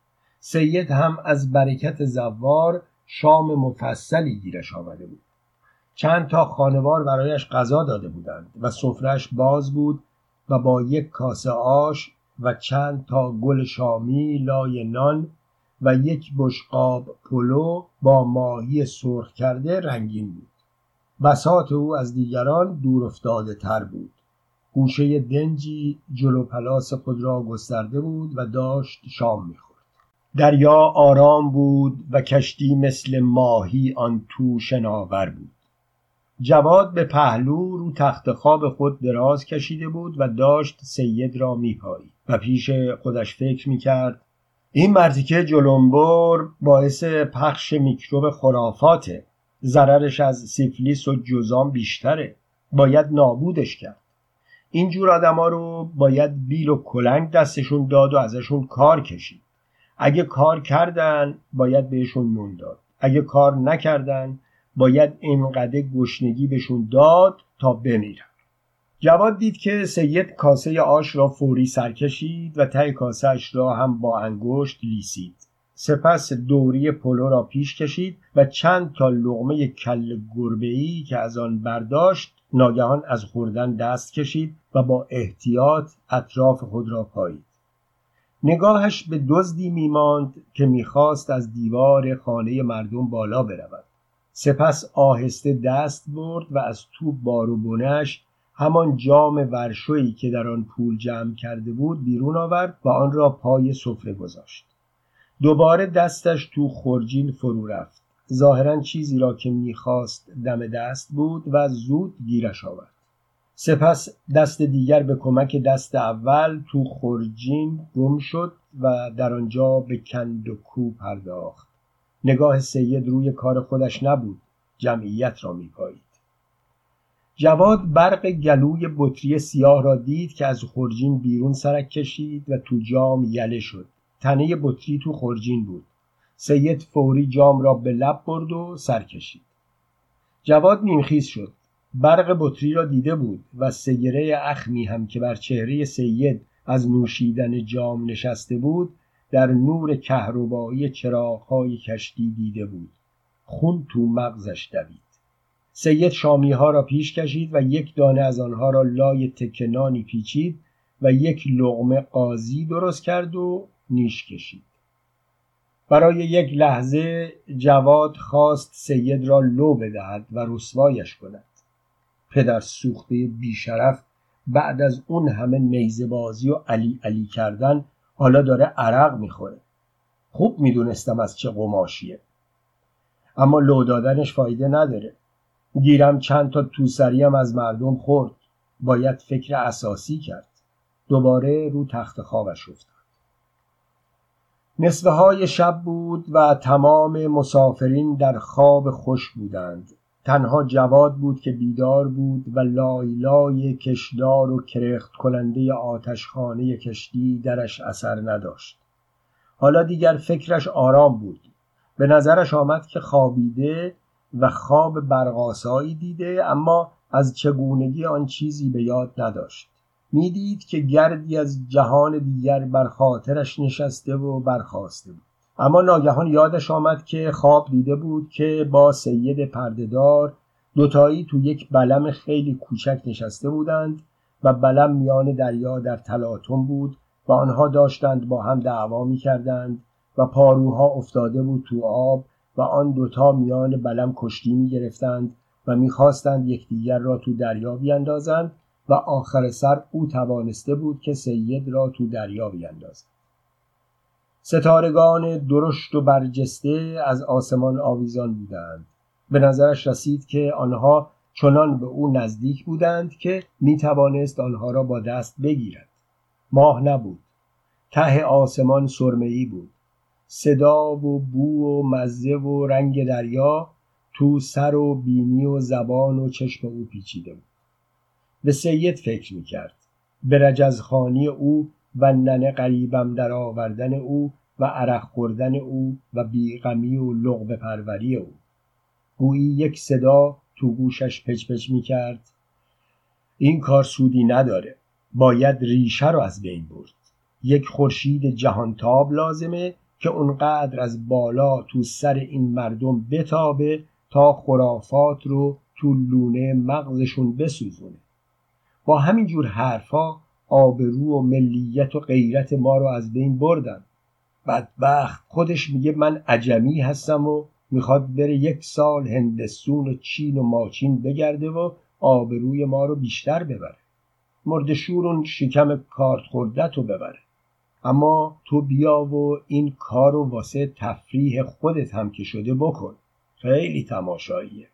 سید هم از برکت زوار شام مفصلی گیرش آمده بود. چند تا خانوار برایش غذا داده بودند و سفره‌اش باز بود و با 1 کاسه آش و چند تا گل شامی لای نان و 1 بشقاب پلو با ماهی سرخ کرده رنگین بود. بساط او از دیگران دور افتاده تر بود. گوشه دنجی جلو پلاس خود را گسترده بود و داشت شام می‌خورد. دریا آرام بود و کشتی مثل ماهی آن تو شناور بود. جواد به پهلو رو تخت خواب خود دراز کشیده بود و داشت سید را میپایید و پیش خودش فکر میکرد: این مرتیکه جلنبر باعث پخش میکروب خرافاته. ضررش از سیفلیس و جذام بیشتره. باید نابودش کرد. اینجور آدما رو باید بیل و کلنگ دستشون داد و ازشون کار کشید. اگه کار کردن باید بهشون نون داد. اگه کار نکردن باید اینقدر گشنگی بهشون داد تا بمیرن. جواد دید که سید کاسه آش را فوری سر کشید و ته کاسه اش را هم با انگشت لیسید. سپس دوری پلو را پیش کشید و چند تا لقمه کله گربه‌ای که از آن برداشت ناگهان از خوردن دست کشید و با احتیاط اطراف خود را پایید. نگاهش به دزدی میماند که میخواست از دیوار خانه مردم بالا برود. سپس آهسته دست برد و از تو بار و بنش همان جام ورشویی که در آن پول جمع کرده بود بیرون آورد و آن را پای سفره گذاشت. دوباره دستش تو خورجین فرو رفت. ظاهراً چیزی را که میخواست دم دست بود و زود گیرش آورد. سپس دست دیگر به کمک دست اول تو خورجین گم شد و در آنجا به کند و کو پرداخت. نگاه سید روی کار خودش نبود، جمعیت را میپایید. جواد برق گلوی بطری سیاه را دید که از خورجین بیرون سرک کشید و تو جام یله شد. تنه بطری تو خورجین بود. سید فوری جام را به لب برد و سر کشید. جواد نیمخیز شد. برق بطری را دیده بود و سیگره اخمی هم که بر چهره سید از نوشیدن جام نشسته بود در نور کهربایی چراغ‌های کشتی دیده بود. خون تو مغزش دوید. سید شامی‌ها را پیش کشید و 1 دانه از آنها را لای تکه نانی پیچید و 1 لقمه قاضی درست کرد و نیش کشید. برای 1 لحظه جواد خواست سید را لو بدهد و رسوایش کند. پدر سوخته بیشرف بعد از اون همه نیزه بازی و علی علی کردن حالا داره عرق میخوره. خوب میدونستم از چه قماشیه. اما لو دادنش فایده نداره. گیرم چند تا توسری هم از مردم خورد. باید فکر اساسی کرد. دوباره رو تخت خوابش افتاد. نصفه های شب بود و تمام مسافرین در خواب خوش بودند. تنها جواد بود که بیدار بود و لای لای کشدار و کرخت کننده آتشخانه کشتی درش اثر نداشت. حالا دیگر فکرش آرام بود. به نظرش آمد که خوابیده و خواب برق‌آسایی دیده، اما از چگونگی آن چیزی به یاد نداشت. میدید که گردی از جهان دیگر بر خاطرش نشسته و برخاسته بود. اما ناگهان یادش آمد که خواب دیده بود که با سید پردهدار دوتایی تو یک بلم خیلی کوچک نشسته بودند و بلم میان دریا در تلاطم بود و آنها داشتند با هم دعوا می‌کردند و پاروها افتاده بود تو آب و آن دوتا میان بلم کشتی می‌گرفتند و می‌خواستند یکدیگر را تو دریا بیندازند و آخر سر او توانسته بود که سید را تو دریا بیندازد. ستارگان درشت و برجسته از آسمان آویزان بودند. به نظرش رسید که آنها چنان به او نزدیک بودند که میتوانست آنها را با دست بگیرد. ماه نبود. ته آسمان سرمه‌ای بود. صدا و بو و مزه و رنگ دریا تو سر و بینی و زبان و چشم او پیچیده بود. به سید فکر میکرد، به رجزخوانی او و ننه قریبم در آوردن او و عرق خوردن او و بیغمی و لقمه پروری او. گویی یک صدا تو گوشش پچ پچ میکرد: این کار سودی نداره، باید ریشه رو از بین برد. یک خورشید جهانتاب لازمه که اونقدر از بالا تو سر این مردم بتابه تا خرافات رو تو لونه مغزشون بسوزونه. با همین جور حرفا آبرو و ملیت و غیرت ما رو از بین بردن. بدبخت خودش میگه من عجمی هستم و میخواد بره 1 سال هندستون و چین و ماچین بگرده و آبروی ما رو بیشتر ببره. مردشورون شکم کارت خوردت رو ببره. اما تو بیا و این کارو واسه تفریح خودت هم که شده بکن. خیلی تماشاییه.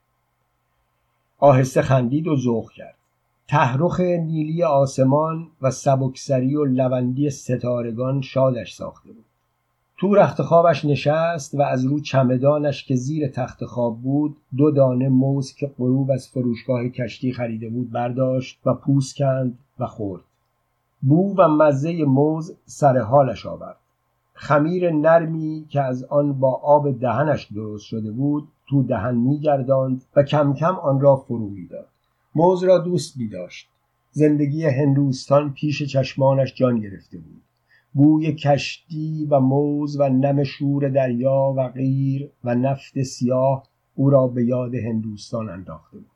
آهسته خندید و ذوق کرد. تحرخ نیلی آسمان و سبکسری و لوندی ستارگان شادش ساخته بود. تو رخت خوابش نشست و از رو چمدانش که زیر تخت خواب بود 2 دانه موز که غروب از فروشگاه کشتی خریده بود برداشت و پوست کند و خورد. بو و مزه موز سر حالش آورد. خمیر نرمی که از آن با آب دهنش درست شده بود تو دهن می‌گرداند و کم کم آن را فرو می‌داد. موز را دوست می‌داشت. زندگی هندوستان پیش چشمانش جان گرفته بود. بوی کشتی و موز و نم شور دریا و قیر و نفت سیاه او را به یاد هندوستان انداخته بود.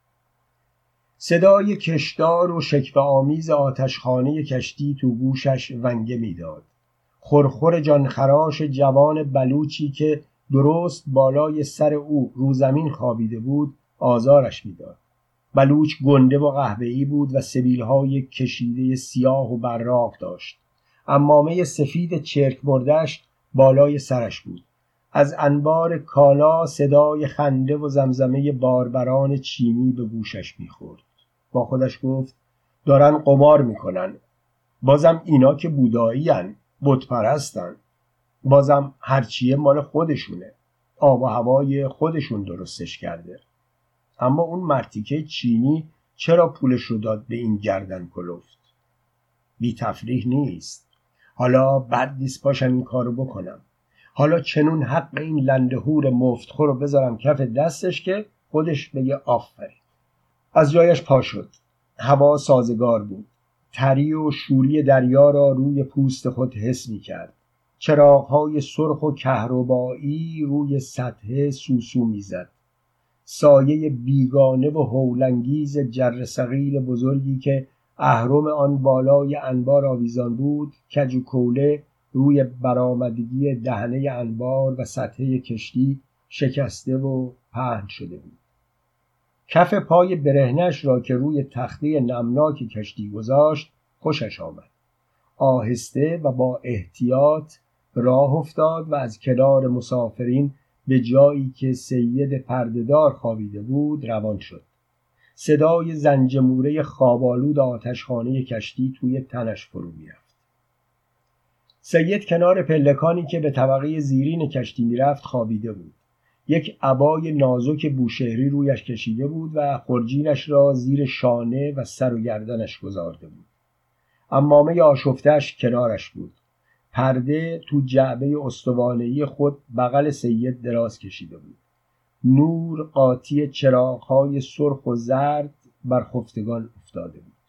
صدای کشدار و شکوه‌آمیز آتشخانه کشتی تو گوشش ونگه می‌داد. خرخر جانخراش جوان بلوچی که درست بالای سر او رو زمین خوابیده بود آزارش می‌داد. بلوچ گنده و قهوه‌ای بود و سبیل‌های کشیده سیاه و براق داشت. عمامه سفید چرک مرده‌اش بالای سرش بود. از انبار کالا صدای خنده و زمزمه باربران چینی به گوشش می‌خورد. با خودش گفت دارن قمار میکنن. بازم اینا که بودایی‌ان، بت پرستن. بازم هرچیه مال خودشونه. آب و هوای خودشون درستش کرده. اما اون مرتیکه چینی چرا پولش رو داد به این گردن کلفت؟ بی تفریح نیست. حالا بد نیست پاشم این کارو بکنم. حالا چنون حق این لندهور مفتخور رو بذارم کف دستش که خودش بگه آفرین. از جایش پا شد. هوا سازگار بود. تری و شوری دریا را روی پوست خود حس می کرد. چراغ‌های سرخ و کهربایی روی سطح سوسو می زد. سایه بیگانه و هولانگیز جرثقیل بزرگی که اهرم آن بالای انبار آویزان بود کج و کوله روی برآمدگی دهنه انبار و سطح کشتی شکسته و پهن شده بود. کف پای برهنش را که روی تخته نمناک کشتی گذاشت خوشش آمد. آهسته و با احتیاط راه افتاد و از کنار مسافرین به جایی که سید پردهدار خوابیده بود روان شد. صدای زنجموره خوابالود آتشخانه کشتی توی تنش فرو می‌رفت. سید کنار پلکانی که به طبقه زیرین کشتی می‌رفت خوابیده بود. یک عبای نازک بوشهری رویش کشیده بود و خرجینش را زیر شانه و سر و گردنش گذارده بود. عمامه آشفته‌اش کنارش بود. پرده تو جعبه استوانه‌ای خود بغل سید دراز کشیده بود. نور قاطی چراغ‌های سرخ و زرد بر خفتگان افتاده بود.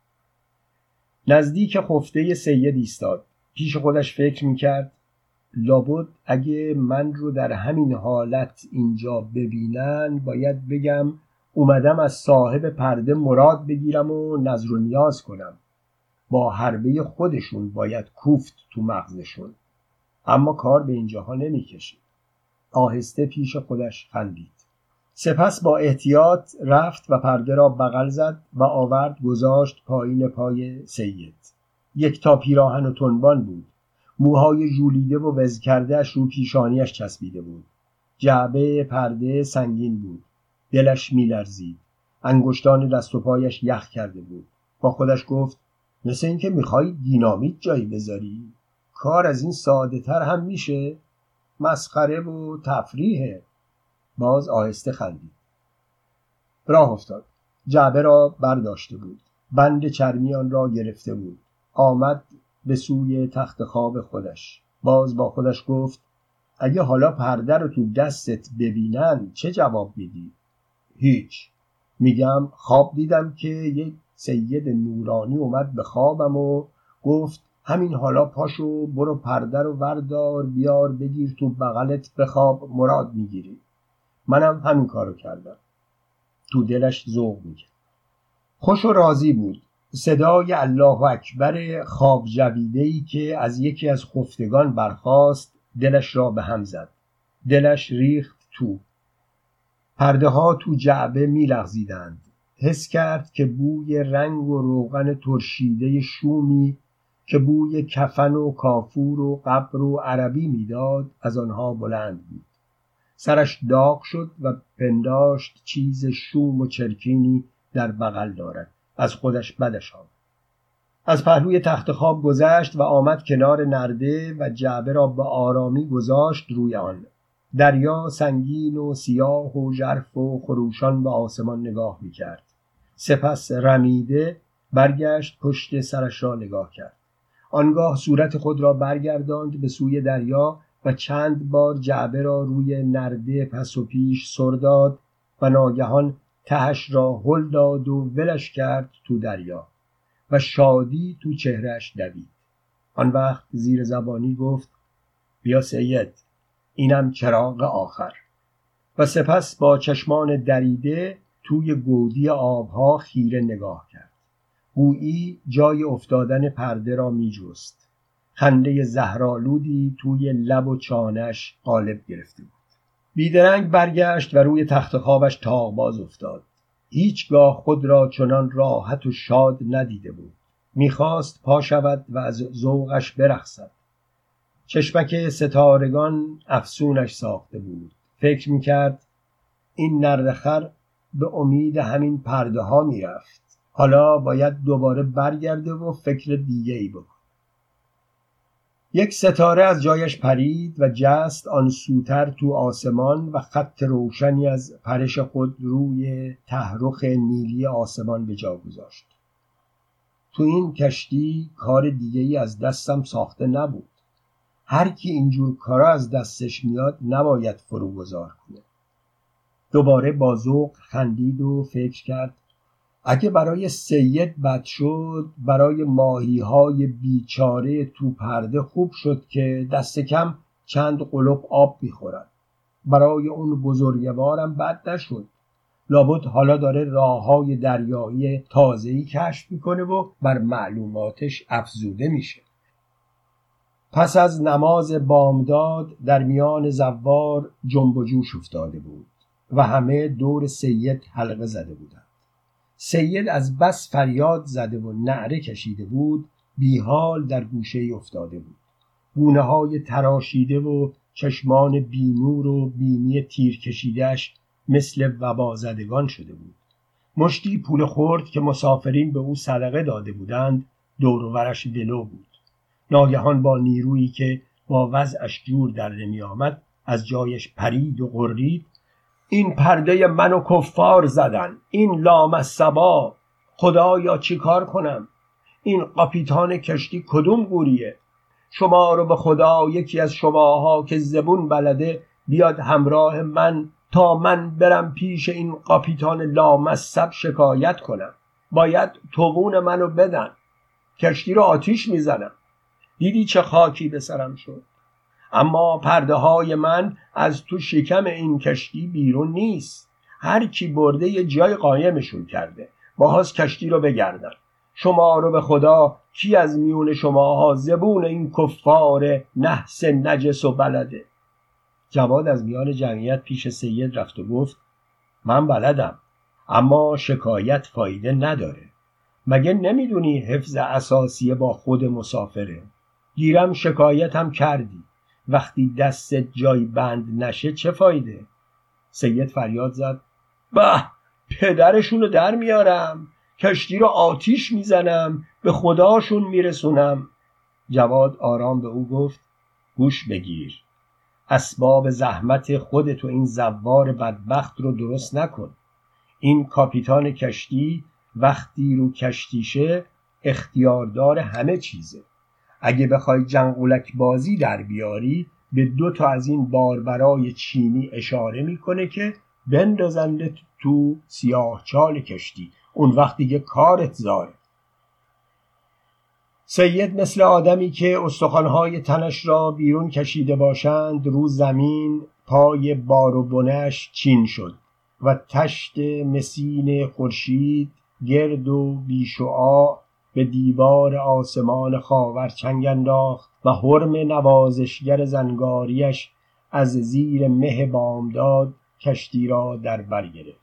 نزدیک خفته سید ایستاد. پیش خودش فکر میکرد لابد اگه من رو در همین حالت اینجا ببینن باید بگم اومدم از صاحب پرده مراد بگیرم و نظر و نیاز کنم. با حربه خودشون باید کوفت تو مغزشون. اما کار به اینجاها نمیکشید. آهسته پیش خودش خندید. سپس با احتیاط رفت و پرده را بغل زد و آورد گذاشت پایین پای سید. یک تا پیراهن و تنبان بود. موهای ژولیده و وز کرده‌اش رو پیشانیش چسبیده بود. جعبه پرده سنگین بود. دلش می‌لرزید. انگشتان دست و پایش یخ کرده بود. با خودش گفت مثل این که می‌خوای دینامیت جایی بذاری؟ کار از این ساده تر هم میشه؟ مسخره و تفریحه. باز آهسته خندید. راه افتاد. جعبه را برداشته بود. بند چرمی آن را گرفته بود. آمد به سوی تخت خواب خودش. باز با خودش گفت اگه حالا پرده رو تو دستت ببینن چه جواب میدی؟ هیچ. میگم خواب دیدم که یک سید نورانی اومد به خوابم و گفت همین حالا پاشو برو پرده رو وردار بیار بگیر تو بغلت بخواب مراد میگیری. منم همین کارو کردم. تو دلش ذوق میکرد. خوش و راضی بود. صدای الله اکبر خواب جویده‌ای که از یکی از خفتگان برخاست دلش را به هم زد. دلش ریخت تو. پرده ها تو جعبه میلغزیدند. حس کرد که بوی رنگ و روغن ترشیده شومی که بوی کفن و کافور و قبر و عربی میداد از آنها بلند بود. سرش داغ شد و پنداشت چیز شوم و چرکینی در بغل دارد. از خودش بدش آمد. از پهلوی تخت خواب گذشت و آمد کنار نرده و جعبه را به آرامی گذاشت روی آن. دریا سنگین و سیاه و ژرف و خروشان به آسمان نگاه می‌کرد. سپس رمیده برگشت پشت سرش را نگاه کرد. آنگاه صورت خود را برگرداند به سوی دریا و چند بار جعبه را روی نرده پس و پیش سر داد و ناگهان تهش را هل داد و ولش کرد تو دریا و شادی تو چهرهش دوید. آن وقت زیر زبانی گفت بیا سید، اینم چراغ آخر. و سپس با چشمان دریده توی گودی آبها خیره نگاه کرد. گویی جای افتادن پرده را می جست. خنده زهرآلودی توی لب و چانش غالب گرفته بود. بیدرنگ برگشت و روی تخت خوابش تاغ‌باز افتاد. هیچگاه خود را چنان راحت و شاد ندیده بود. میخواست پا شود و از ذوقش برقصد. چشمک ستارگان افسونش ساخته بود. فکر میکرد این نردخر به امید همین پرده ها میرفت. حالا باید دوباره برگرده و فکر دیگه‌ای بکن. یک ستاره از جایش پرید و جست آن سوتر تو آسمان و خط روشنی از پرش خود روی تحرک نیلی آسمان به جا گذاشت. تو این کشتی کار دیگه‌ای از دستم ساخته نبود. هر کی اینجور کارا از دستش میاد نباید فروگذار کنه. دوباره با ذوق خندید و فکر کرد اگه برای سید بد شد، برای ماهی‌های بیچاره تو پرده خوب شد که دست کم چند قلوب آب می‌خورن. برای اون بزرگوارم بد نشد. لابد حالا داره راه‌های دریایی تازه‌ای کشف می‌کنه و بر معلوماتش افزوده میشه. پس از نماز بامداد در میان زوار جنب و جوش افتاده بود و همه دور سید حلقه زده بودند. سید از بس فریاد زده و نعره کشیده بود بیحال در گوشه افتاده بود. گونه‌های تراشیده و چشمان بینور و بینی تیر کشیده‌اش مثل وبازدگان شده بود. مشتی پول خرد که مسافرین به او صدقه داده بودند دور و برش ولو بود. ناگهان با نیرویی که با وضعش جور در نمی آمد از جایش پرید و غرید این پرده منو کفار زدن، این لامصبا، خدایا چی کار کنم؟ این کاپیتان کشتی کدوم گوریه؟ شما رو به خدا یکی از شماها که زبون بلده بیاد همراه من تا من برم پیش این کاپیتان لامصب شکایت کنم. باید توبون منو بدن. کشتی رو آتیش میزنم. دیدی چه خاکی به سرم شد. اما پرده های من از تو شکم این کشتی بیرون نیست. هر کی برده یه جای قایمشون کرده. باز کشتی رو بگردن. شما رو به خدا کی از میون شماها زبون این کفار نحس نجس و بلده؟ جواد از میان جمعیت پیش سید رفت و گفت من بلدم، اما شکایت فایده نداره. مگه نمیدونی حفظ اساسی با خود مسافره؟ گیرم شکایتم کردی، وقتی دستت جای بند نشه چه فایده؟ سید فریاد زد به پدرشونو در میارم، کشتی رو آتیش میزنم، به خداشون میرسونم. جواد آرام به او گفت گوش بگیر، اسباب زحمت خودتو این زوار بدبخت رو درست نکن. این کاپیتان کشتی وقتی رو کشتیشه اختیاردار همه چیزه. اگه بخوای جنگولک بازی در بیاری به 2 از این باربرای چینی اشاره میکنه که بندازنده تو سیاه چال کشتی. اون وقت دیگه کارت زاره. سید مثل آدمی که استخوان‌های تنش را بیرون کشیده باشند رو زمین پای بار و بنش چین شد و تشت مسین خورشید گرد و بیشعاع به دیوار آسمان خاور چنگ انداخت و حرم نوازشگر زنگاریش از زیر مه بامداد کشتی را در بر گرفت.